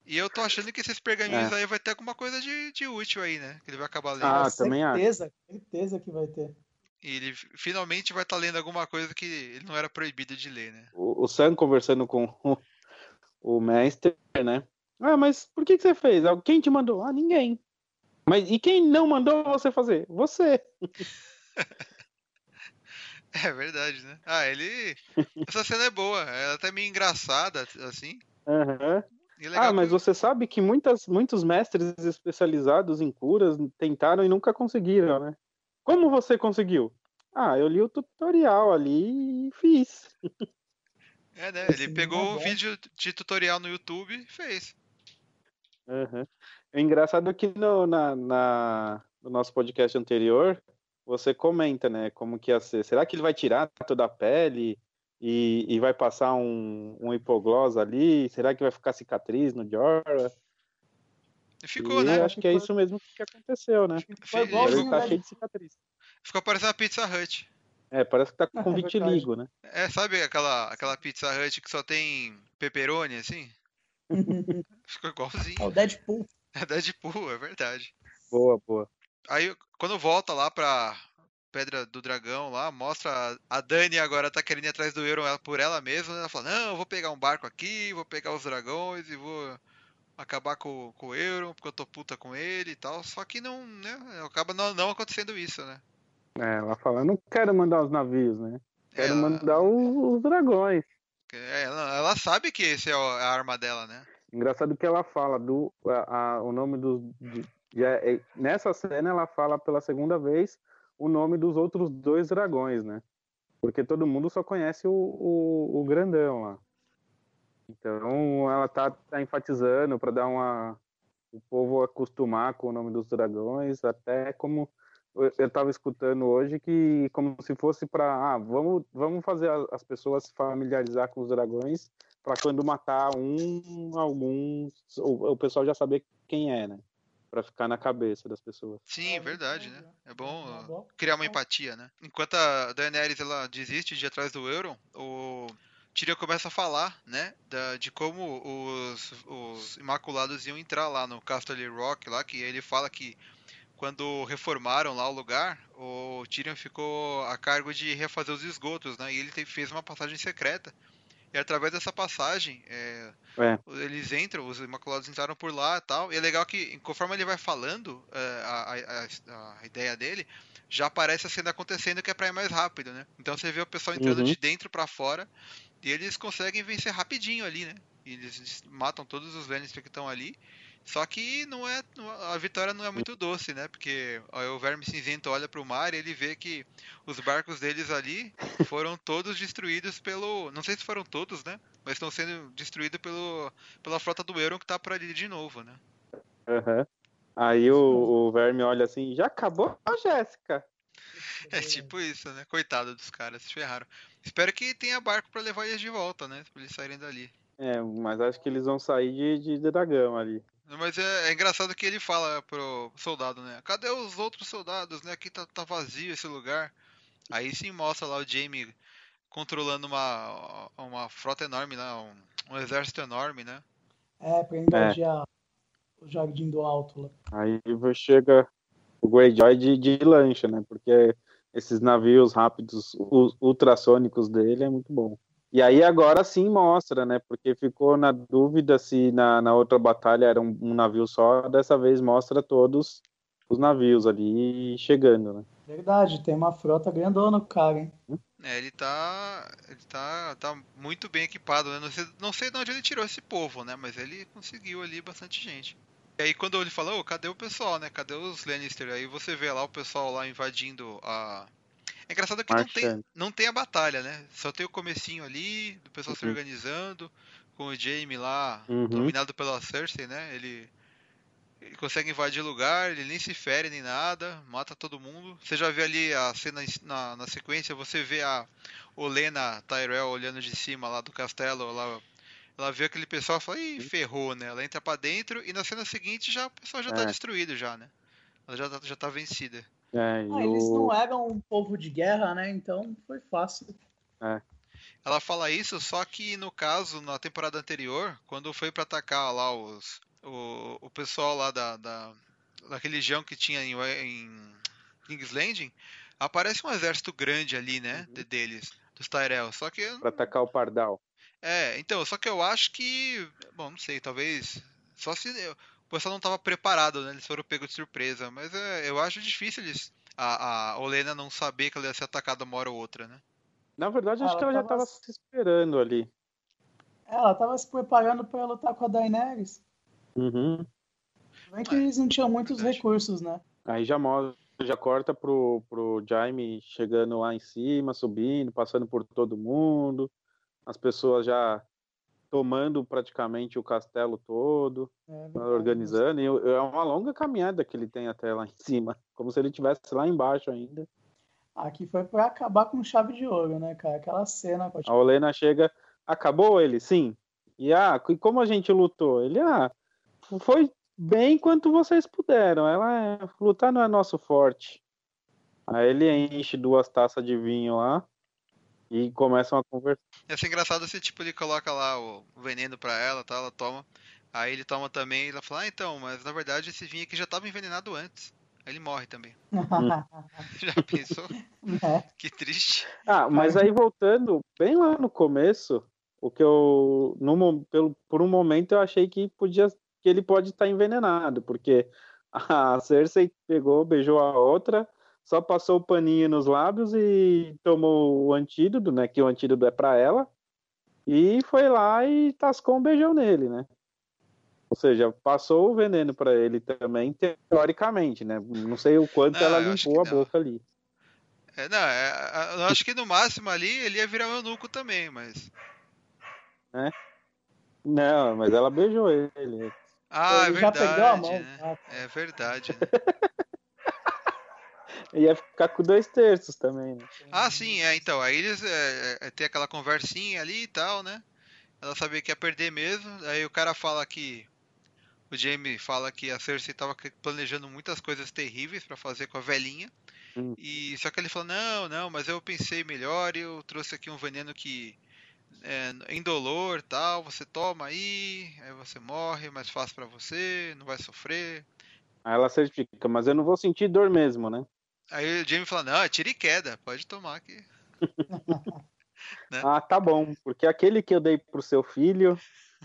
E eu tô achando que esses pergaminhos É. aí vai ter alguma coisa de, de útil aí, né? Que ele vai acabar lendo. Ah, Ah, também acho. certeza, certeza que vai ter. E ele fi- finalmente vai estar lendo alguma coisa que ele não era proibido de ler, né? O, o Sam conversando com o, o mestre, né? Ah, mas por que, que você fez? Ah, quem te mandou? Ah, ninguém. Mas e quem não mandou você fazer? Você. É verdade, né? Ah, ele. Essa cena é boa, ela é até meio engraçada, assim. Aham. E é Ah, legal mas que. você sabe que muitas, muitos mestres especializados em curas tentaram e nunca conseguiram, né? Como você conseguiu? Ah, eu li o tutorial ali e fiz. É, né? Ele Esse menino pegou é um bom. vídeo de tutorial no YouTube e fez. Uhum. O engraçado é que no, na, na- no nosso podcast anterior, você comenta, né, como que ia ser. Será que ele vai tirar toda a pele e, e vai passar um, um hipoglós ali? Será que vai ficar cicatriz no Jorah? E ficou, E né? É, acho que é ficou, isso mesmo que aconteceu, né? ficou Fi- Ele Agora ele ficou, igualzinho o tá cheio de Deadpool. cicatriz. ficou parecendo uma Pizza Hut. É, parece que tá com É verdade. vitiligo, né? É, sabe aquela, aquela Pizza Hut que só tem pepperoni, assim? Ficou É o igualzinho. Deadpool. É Deadpool, é verdade. Boa, boa. Aí, quando volta lá pra Pedra do Dragão lá, mostra a a Dani agora tá querendo ir atrás do Euron ela- por ela mesma. Ela fala, não, eu vou pegar um barco aqui, vou pegar os dragões e vou acabar com, com o Euron, porque eu tô puta com ele e tal. Só que não, né, acaba não, não acontecendo isso, né? É, ela fala, eu não quero mandar os navios, né? Quero Ela, mandar o- os dragões. ela, ela sabe que esse é o- a arma dela, né? Engraçado que ela fala do a, a- o nome dos de- de- é- nessa cena ela fala pela segunda vez o nome dos outros dois dragões, né? Porque todo mundo só conhece o, o, o grandão lá. Então ela tá, tá enfatizando para dar uma o povo acostumar com o nome dos dragões, até como eu estava escutando hoje que como se fosse para ah, vamos vamos fazer as pessoas se familiarizar com os dragões para quando matar um alguns o, o pessoal já saber quem é, né? Para ficar na cabeça das pessoas. Sim, É muito verdade, bom, né? né? É Uma bom uh, boa criar uma opção. empatia, né? Enquanto a Daenerys ela desiste de ir atrás do Euron, o Tyrion começa a falar, né, da- de como os, os Imaculados iam entrar lá no Castle Rock, lá que ele fala que quando reformaram lá o lugar, o Tyrion ficou a cargo de refazer os esgotos, né? E ele te- fez uma passagem secreta. E através dessa passagem, é, É, eles entram, os Imaculados entraram por lá e tal. E é legal que, conforme ele vai falando é, a, a, a ideia dele, já aparece a cena acontecendo que é pra ir mais rápido, né? Então você vê o pessoal entrando uhum. de dentro pra fora e eles conseguem vencer rapidinho ali, né? E eles matam todos os Lannister que estão ali. Só que não é, a vitória não é muito doce, né? Porque aí o Verme Cinzento olha pro mar e ele vê que os barcos deles ali foram todos destruídos pelo. Não sei se foram todos, né? Mas estão sendo destruídos pelo, pela frota do Euron que tá por ali de novo, né? Uhum. Aí o, o Verme olha assim, já acabou, Jéssica? É tipo isso, né? Coitado dos caras, se ferraram. Espero que tenha barco pra levar eles de volta, né? Pra eles saírem dali. É, mas acho que eles vão sair de, de dragão ali. Mas é, é engraçado que ele fala pro soldado, né? Cadê os outros soldados, né? Aqui tá, tá vazio esse lugar. Aí sim mostra lá o Jaime controlando uma, uma frota enorme, né? Um, um exército enorme, né? É, pra É, invadir a- o Jardim do Alto lá. aí chega o Greyjoy de, de lancha, né? Porque esses navios rápidos, os ultrassônicos dele é muito bom. E aí agora sim mostra, né? Porque ficou na dúvida se na, na outra batalha era um, um navio só, dessa vez mostra todos os navios ali chegando, né? Verdade, tem uma frota grandona, cara, hein? É, ele tá. Ele tá, tá muito bem equipado, né? Não sei, não sei de onde ele tirou esse povo, né? Mas ele conseguiu ali bastante gente. E aí quando ele falou, cadê o pessoal, né? Cadê os Lannister? Aí você vê lá o pessoal lá invadindo a. É engraçado que não tem, Marchando. não tem a batalha, né? Só tem o comecinho ali, do pessoal se Uhum. organizando, com o Jaime lá, Uhum. dominado pela Cersei, né? Ele, ele consegue invadir o lugar, ele nem se fere nem nada, mata todo mundo. Você já vê ali a cena em- na, na sequência, você vê a Olenna Tyrell olhando de cima lá do castelo, lá, ela vê aquele pessoal e fala, ih, ferrou, né? Ela entra pra dentro e na cena seguinte já o pessoal já tá É, destruído já, né? Ela já, tá- já tá vencida. é, Ah, e eles não o. eram um povo de guerra, né? Então foi fácil. É. ela fala isso, só que no caso, na temporada anterior, quando foi pra atacar lá os, o, o pessoal lá da, da, da religião que tinha em, em King's Landing, aparece um exército grande ali, né, de, deles, dos Tyrell, só que... Pra atacar o Pardal. É, então, só que eu acho que, bom, não sei, talvez, só se o pessoal não tava preparado, né, eles foram pegos de surpresa, mas é, eu acho difícil eles, a, a Olenna não saber que ela ia ser atacada uma hora ou outra, né. Na verdade, acho Ela que ela já tava, tava se esperando ali. ela tava se preparando pra lutar com a Daenerys. Uhum. Bem que É, eles não tinham muitos verdade. recursos, né? Aí já mostra, já corta pro, pro Jaime chegando lá em cima, subindo, passando por todo mundo, as pessoas já tomando praticamente o castelo todo, É verdade, organizando, e é uma longa caminhada que ele tem até lá em cima, como se ele estivesse lá embaixo ainda. aqui foi pra acabar com chave de ouro, né, cara? Aquela cena. A Olenna chega, acabou ele? Sim. E ah, e como a gente lutou? Ele, ah, foi bem quanto vocês puderam. Ela, é, lutar não é nosso forte. Aí ele enche duas taças de vinho lá e começam a conversar. Ia ser engraçado se, tipo, ele coloca lá o veneno pra ela, tá, ela toma, aí ele toma também e ela fala, ah, então, mas na verdade esse vinho aqui já tava envenenado antes. Aí ele morre também. Já pensou? Né? Que triste. Ah, mas aí voltando bem lá no começo, o que eu, no, pelo, por um momento eu achei que podia, que ele pode estar envenenado, porque a Cersei pegou, beijou a outra, só passou o paninho nos lábios e tomou o antídoto, né? Que o antídoto é pra ela, e foi lá e tascou um beijão nele, né? Ou seja, passou o veneno pra ele também, teoricamente, né? Não sei o quanto Não, ela eu acho limpou que a não. boca ali. É, não, é, eu acho que no máximo ali ele ia virar um eunuco também, mas... Né? Não, mas ela beijou ele. Ah, é Ele já perdeu a verdade, mão. né? Tá? É verdade, né? Ia ficar com dois terços também, né? Ah, sim, é, então, aí eles é, é, tem aquela conversinha ali e tal, né? Ela sabia que ia perder mesmo, aí o cara fala que... O Jaime fala que a Cersei tava planejando muitas coisas terríveis pra fazer com a velhinha. Hum. E só que ele falou, não, não, mas eu pensei melhor e eu trouxe aqui um veneno que é indolor, tal, você toma aí, aí você morre, mais fácil pra você, não vai sofrer. Aí ela certifica, mas eu não vou sentir dor mesmo, né? Aí o Jaime fala, não, é tiro e queda, pode tomar aqui. Né? Ah, tá bom, porque aquele que eu dei pro seu filho,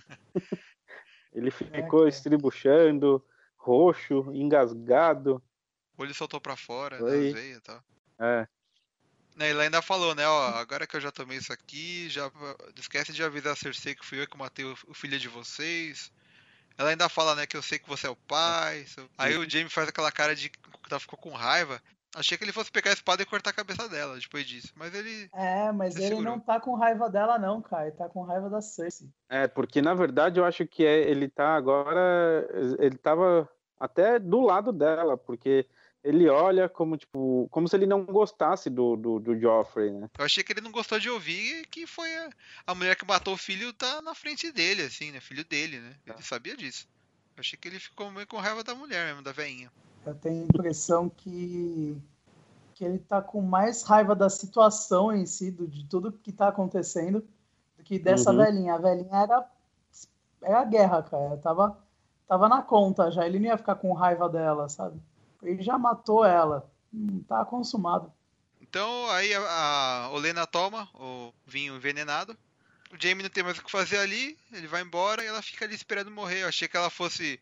ele ficou É, estribuchando, roxo, engasgado. O olho soltou pra fora, nas Foi. veias e tal. É. Né, ele ainda falou, né, ó, agora que eu já tomei isso aqui, já não esquece de avisar a Cersei que fui eu que matei o, o filho de vocês. Ela ainda fala, né, que eu sei que você é o pai. Seu... Aí o Jaime faz aquela cara de que ficou com raiva. Achei que ele fosse pegar a espada e cortar a cabeça dela depois disso, mas ele é, mas se ele segurou. não tá com raiva dela, não, cara. Ele tá com raiva da Cersei. É, porque na verdade eu acho que é, ele tá agora. Ele tava até do lado dela, porque ele olha como, tipo, como se ele não gostasse do, do, do Joffrey, né? Eu achei que ele não gostou de ouvir que foi a, a mulher que matou o filho tá na frente dele, assim, né? Filho dele, né? Ele sabia disso. Eu achei que ele ficou meio com raiva da mulher mesmo, da veinha. Eu tenho a impressão que, que ele tá com mais raiva da situação em si, do, de tudo que tá acontecendo, do que dessa Uhum. velhinha. A velhinha era, era guerra, cara. Tava, tava na conta já. Ele não ia ficar com raiva dela, sabe? Ele já matou ela. Hum, tá consumado. Então aí a, a Olenna toma o vinho envenenado. O Jaime não tem mais o que fazer ali, ele vai embora e ela fica ali esperando morrer. Eu achei que ela fosse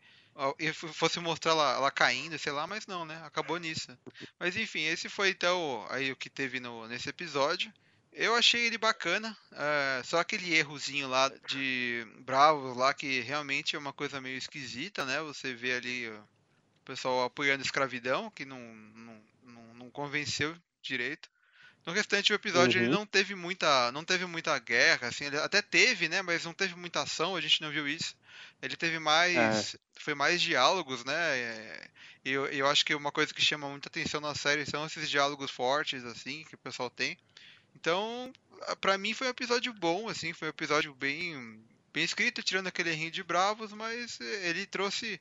fosse mostrar ela, ela caindo, sei lá, mas não, né? Acabou nisso. Mas enfim, esse foi então aí o que teve no, nesse episódio. Eu achei ele bacana, é, só aquele errozinho lá de Bravos lá que realmente é uma coisa meio esquisita, né? Você vê ali ó, o pessoal apoiando a escravidão, que não, não, não, não convenceu direito. No restante do episódio Uhum. ele não teve muita, não teve muita guerra, assim, ele até teve, né, mas não teve muita ação, a gente não viu isso. Ele teve mais, é. foi mais diálogos, né? E eu, eu acho que uma coisa que chama muita atenção na série são esses diálogos fortes, assim, que o pessoal tem. Então, pra mim foi um episódio bom, assim, foi um episódio bem, bem escrito, tirando aquele rinho de bravos, mas ele trouxe,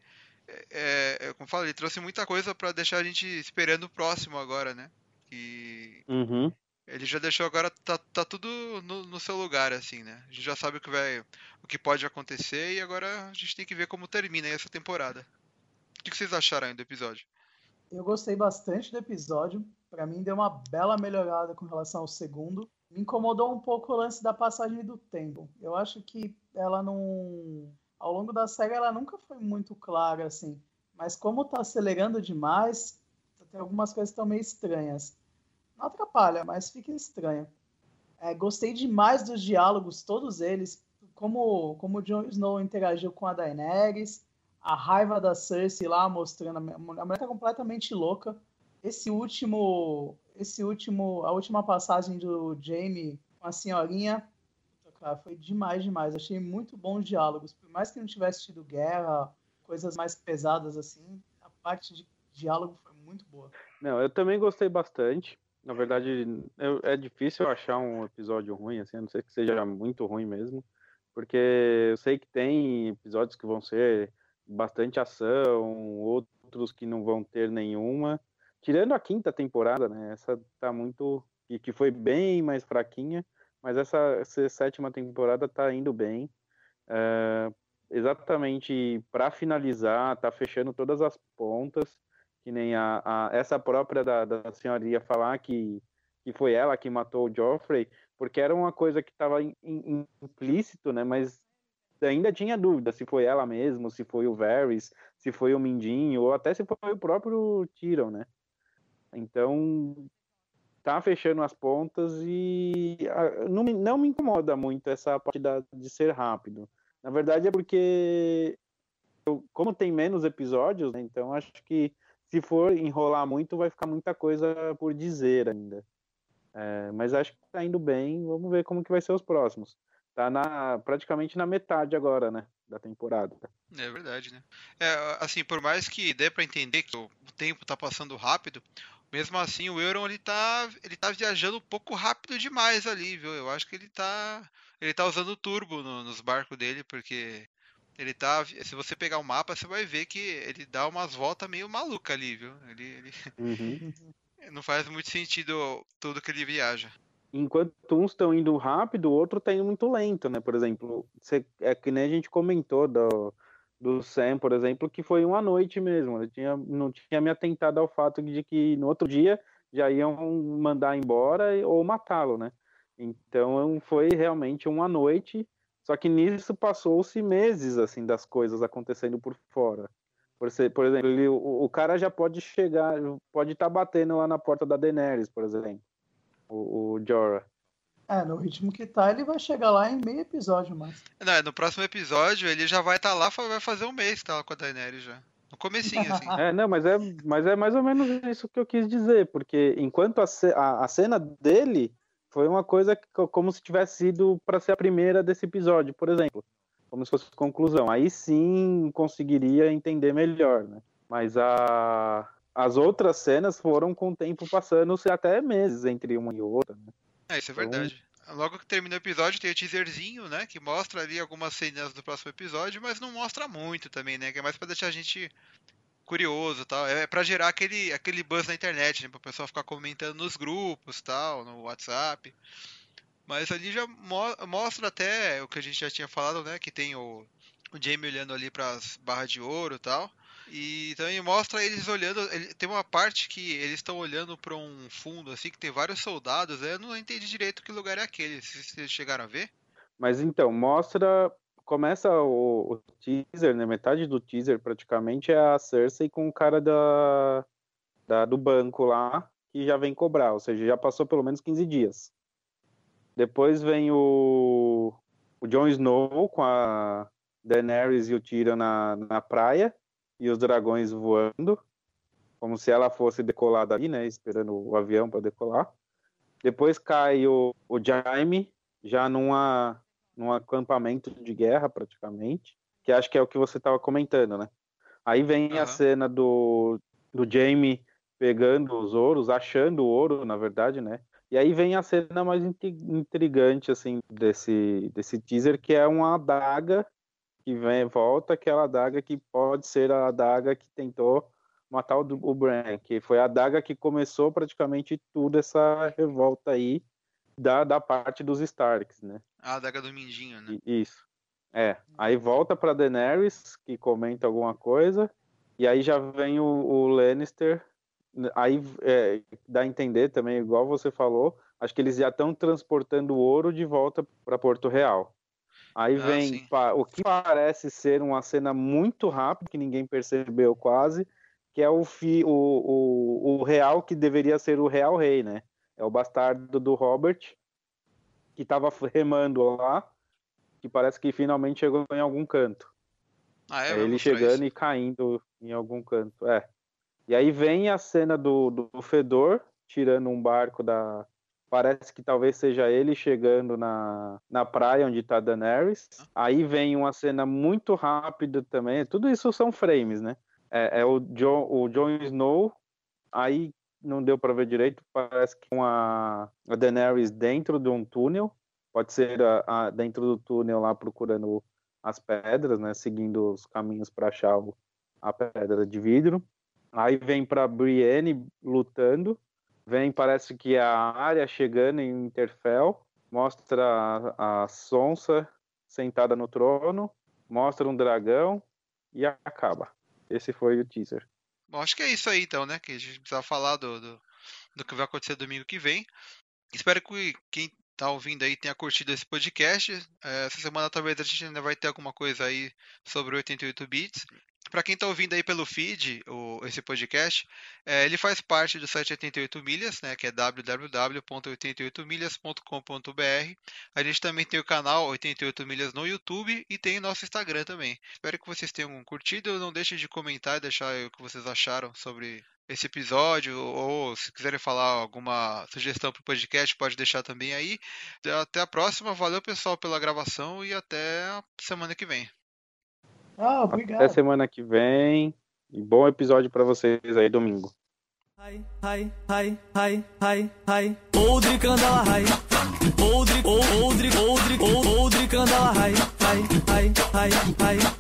é, é, como eu falo, ele trouxe muita coisa pra deixar a gente esperando o próximo agora, né? E Uhum. Ele já deixou agora, tá, tá tudo no, no seu lugar, assim, né? A gente já sabe o que vai, o que pode acontecer e agora a gente tem que ver como termina aí essa temporada. O que que vocês acharam aí do episódio? Eu gostei bastante do episódio. Pra mim deu uma bela melhorada com relação ao segundo. Me incomodou um pouco o lance da passagem do tempo. Eu acho que ela não... Ao longo da série ela nunca foi muito clara, assim. Mas como tá acelerando demais, tem algumas coisas que estão meio estranhas. Não atrapalha, mas fica estranho. É, gostei demais dos diálogos, todos eles. Como, como o Jon Snow interagiu com a Daenerys, a raiva da Cersei lá mostrando. A mulher, a mulher tá completamente louca. Esse último. Esse último. A última passagem do Jaime com a senhorinha. Cara, foi demais, demais. Achei muito bons diálogos. Por mais que não tivesse tido guerra, coisas mais pesadas assim, a parte de diálogo foi muito boa. Não, eu também gostei bastante. Na verdade, eu, é difícil achar um episódio ruim, assim, a não ser que seja muito ruim mesmo. Porque eu sei que tem episódios que vão ser bastante ação, outros que não vão ter nenhuma. Tirando a quinta temporada, né? Essa tá muito. E que foi bem mais fraquinha, mas essa, essa sétima temporada tá indo bem. É, exatamente para finalizar, tá fechando todas as pontas, que nem a, a essa própria da, da senhoria falar que, que foi ela que matou o Joffrey, porque era uma coisa que estava implícito, né? Mas ainda tinha dúvida se foi ela mesmo, se foi o Varys, se foi o Mindinho, ou até se foi o próprio Tyrion, né? Então tá fechando as pontas e não me, não me incomoda muito essa parte da, de ser rápido. Na verdade é porque eu, como tem menos episódios, né, então acho que se for enrolar muito vai ficar muita coisa por dizer ainda. É, mas acho que tá indo bem, vamos ver como que vai ser os próximos. Tá na, praticamente na metade agora, né, da temporada. É verdade, né? É, assim, por mais que dê pra entender que o tempo tá passando rápido, mesmo assim o Euron ele tá, ele tá viajando um pouco rápido demais ali, viu? Eu acho que ele tá, ele tá usando turbo no- nos barcos dele, porque ele tá, se você pegar o mapa, você vai ver que ele dá umas voltas meio maluca ali, viu? Ele, ele Uhum. não faz muito sentido tudo que ele viaja. Enquanto uns estão indo rápido, o outro está indo muito lento, né? Por exemplo, cê, é que nem a gente comentou do, do Sam, por exemplo, que foi uma noite mesmo. Eu tinha, não tinha me atentado ao fato de que no outro dia já iam mandar embora ou matá-lo, né? Então foi realmente uma noite, só que nisso passou-se meses assim das coisas acontecendo por fora. Por, ser, por exemplo, ele, o, o cara já pode chegar, pode estar tá batendo lá na porta da Daenerys, por exemplo. O, o Jorah. É, no ritmo que tá, ele vai chegar lá em meio episódio mais. Não, no próximo episódio ele já vai estar lá, vai fazer um mês que tá lá com a Daenerys já. No comecinho, assim. É, não, mas é, mas é mais ou menos isso que eu quis dizer, porque enquanto a, a, a cena dele foi uma coisa que, como se tivesse sido para ser a primeira desse episódio, por exemplo, como se fosse conclusão. Aí sim conseguiria entender melhor, né? Mas a, as outras cenas foram com o tempo passando, até meses entre uma e outra, né? É, isso é verdade. Logo que termina o episódio, tem o teaserzinho, né? Que mostra ali algumas cenas do próximo episódio, mas não mostra muito também, né? Que é mais pra deixar a gente curioso e tal. É pra gerar aquele, aquele buzz na internet, né? Pra o pessoal ficar comentando nos grupos tal, no WhatsApp. Mas ali já mo mostra até o que a gente já tinha falado, né? Que tem o, o Jaime olhando ali pras barras de ouro e tal. E também mostra eles olhando. Ele, tem uma parte que eles estão olhando para um fundo assim que tem vários soldados. Eu não entendi direito que lugar é aquele. Se vocês chegaram a ver? Mas então, mostra. Começa o, o teaser, né? Metade do teaser praticamente é a Cersei com o cara da, da, do banco lá que já vem cobrar, ou seja, já passou pelo menos quinze dias. Depois vem o, o Jon Snow com a Daenerys e o Tyrion na, na praia e os dragões voando, como se ela fosse decolar dali, né? Esperando o avião para decolar. Depois cai o, o Jaime já numa, num acampamento de guerra, praticamente, que acho que é o que você estava comentando, né? Aí vem uhum. a cena do, do Jaime pegando os ouros, achando o ouro, na verdade, né? E aí vem a cena mais intrigante, assim, desse, desse teaser, que é uma adaga que vem volta, aquela adaga que pode ser a adaga que tentou matar o, o Bran, que foi a adaga que começou praticamente tudo essa revolta aí da, da parte dos Starks, né? A adaga do Mindinho, né? E, isso. É, aí volta pra Daenerys, que comenta alguma coisa, e aí já vem o, o Lannister, aí é, dá a entender também, igual você falou, acho que eles já estão transportando o ouro de volta para Porto Real. Aí Ah, vem sim. pa, o que parece ser uma cena muito rápida, que ninguém percebeu quase, que é o, fi, o, o, o real que deveria ser o real rei, né? É o bastardo do Robert, que estava remando lá, que parece que finalmente chegou em algum canto. Ah, é, É vai ele mostrar chegando isso. e caindo em algum canto. É. E aí vem a cena do, do Fedor tirando um barco da... Parece que talvez seja ele chegando na, na praia onde está Daenerys. Aí vem uma cena muito rápida também. Tudo isso são frames, né? É, é o, Jon, o Jon Snow. Aí não deu para ver direito. Parece que uma a Daenerys dentro de um túnel. Pode ser a, a, dentro do túnel lá procurando as pedras, né? Seguindo os caminhos para achar o, a pedra de vidro. Aí vem para Brienne lutando. Vem, parece que a Arya chegando em Winterfell. Mostra a, a Sansa sentada no trono. Mostra um dragão. E acaba. Esse foi o teaser. Bom, acho que é isso aí então, né? Que a gente precisava falar do, do, do que vai acontecer domingo que vem. Espero que quem tá ouvindo aí tenha curtido esse podcast. É, essa semana talvez a gente ainda vai ter alguma coisa aí sobre oitenta e oito bits. Para quem tá ouvindo aí pelo feed, o, esse podcast, é, ele faz parte do site oitenta e oito milhas, né, que é w w w ponto oitenta e oito milhas ponto com ponto b r. A gente também tem o canal oitenta e oito milhas no YouTube e tem o nosso Instagram também. Espero que vocês tenham curtido. Não deixem de comentar e deixar o que vocês acharam sobre esse episódio, ou se quiserem falar alguma sugestão para o podcast, pode deixar também aí. Até a próxima, valeu pessoal pela gravação e até a semana que vem. Ah, obrigado. Até semana que vem e bom episódio para vocês aí domingo. Hai, hai, hai, hai, hai, hai. Oldri Candela, hai. Oldri, oldri, oldri, oldri, Candela, hai, hai, hai, hai, hai.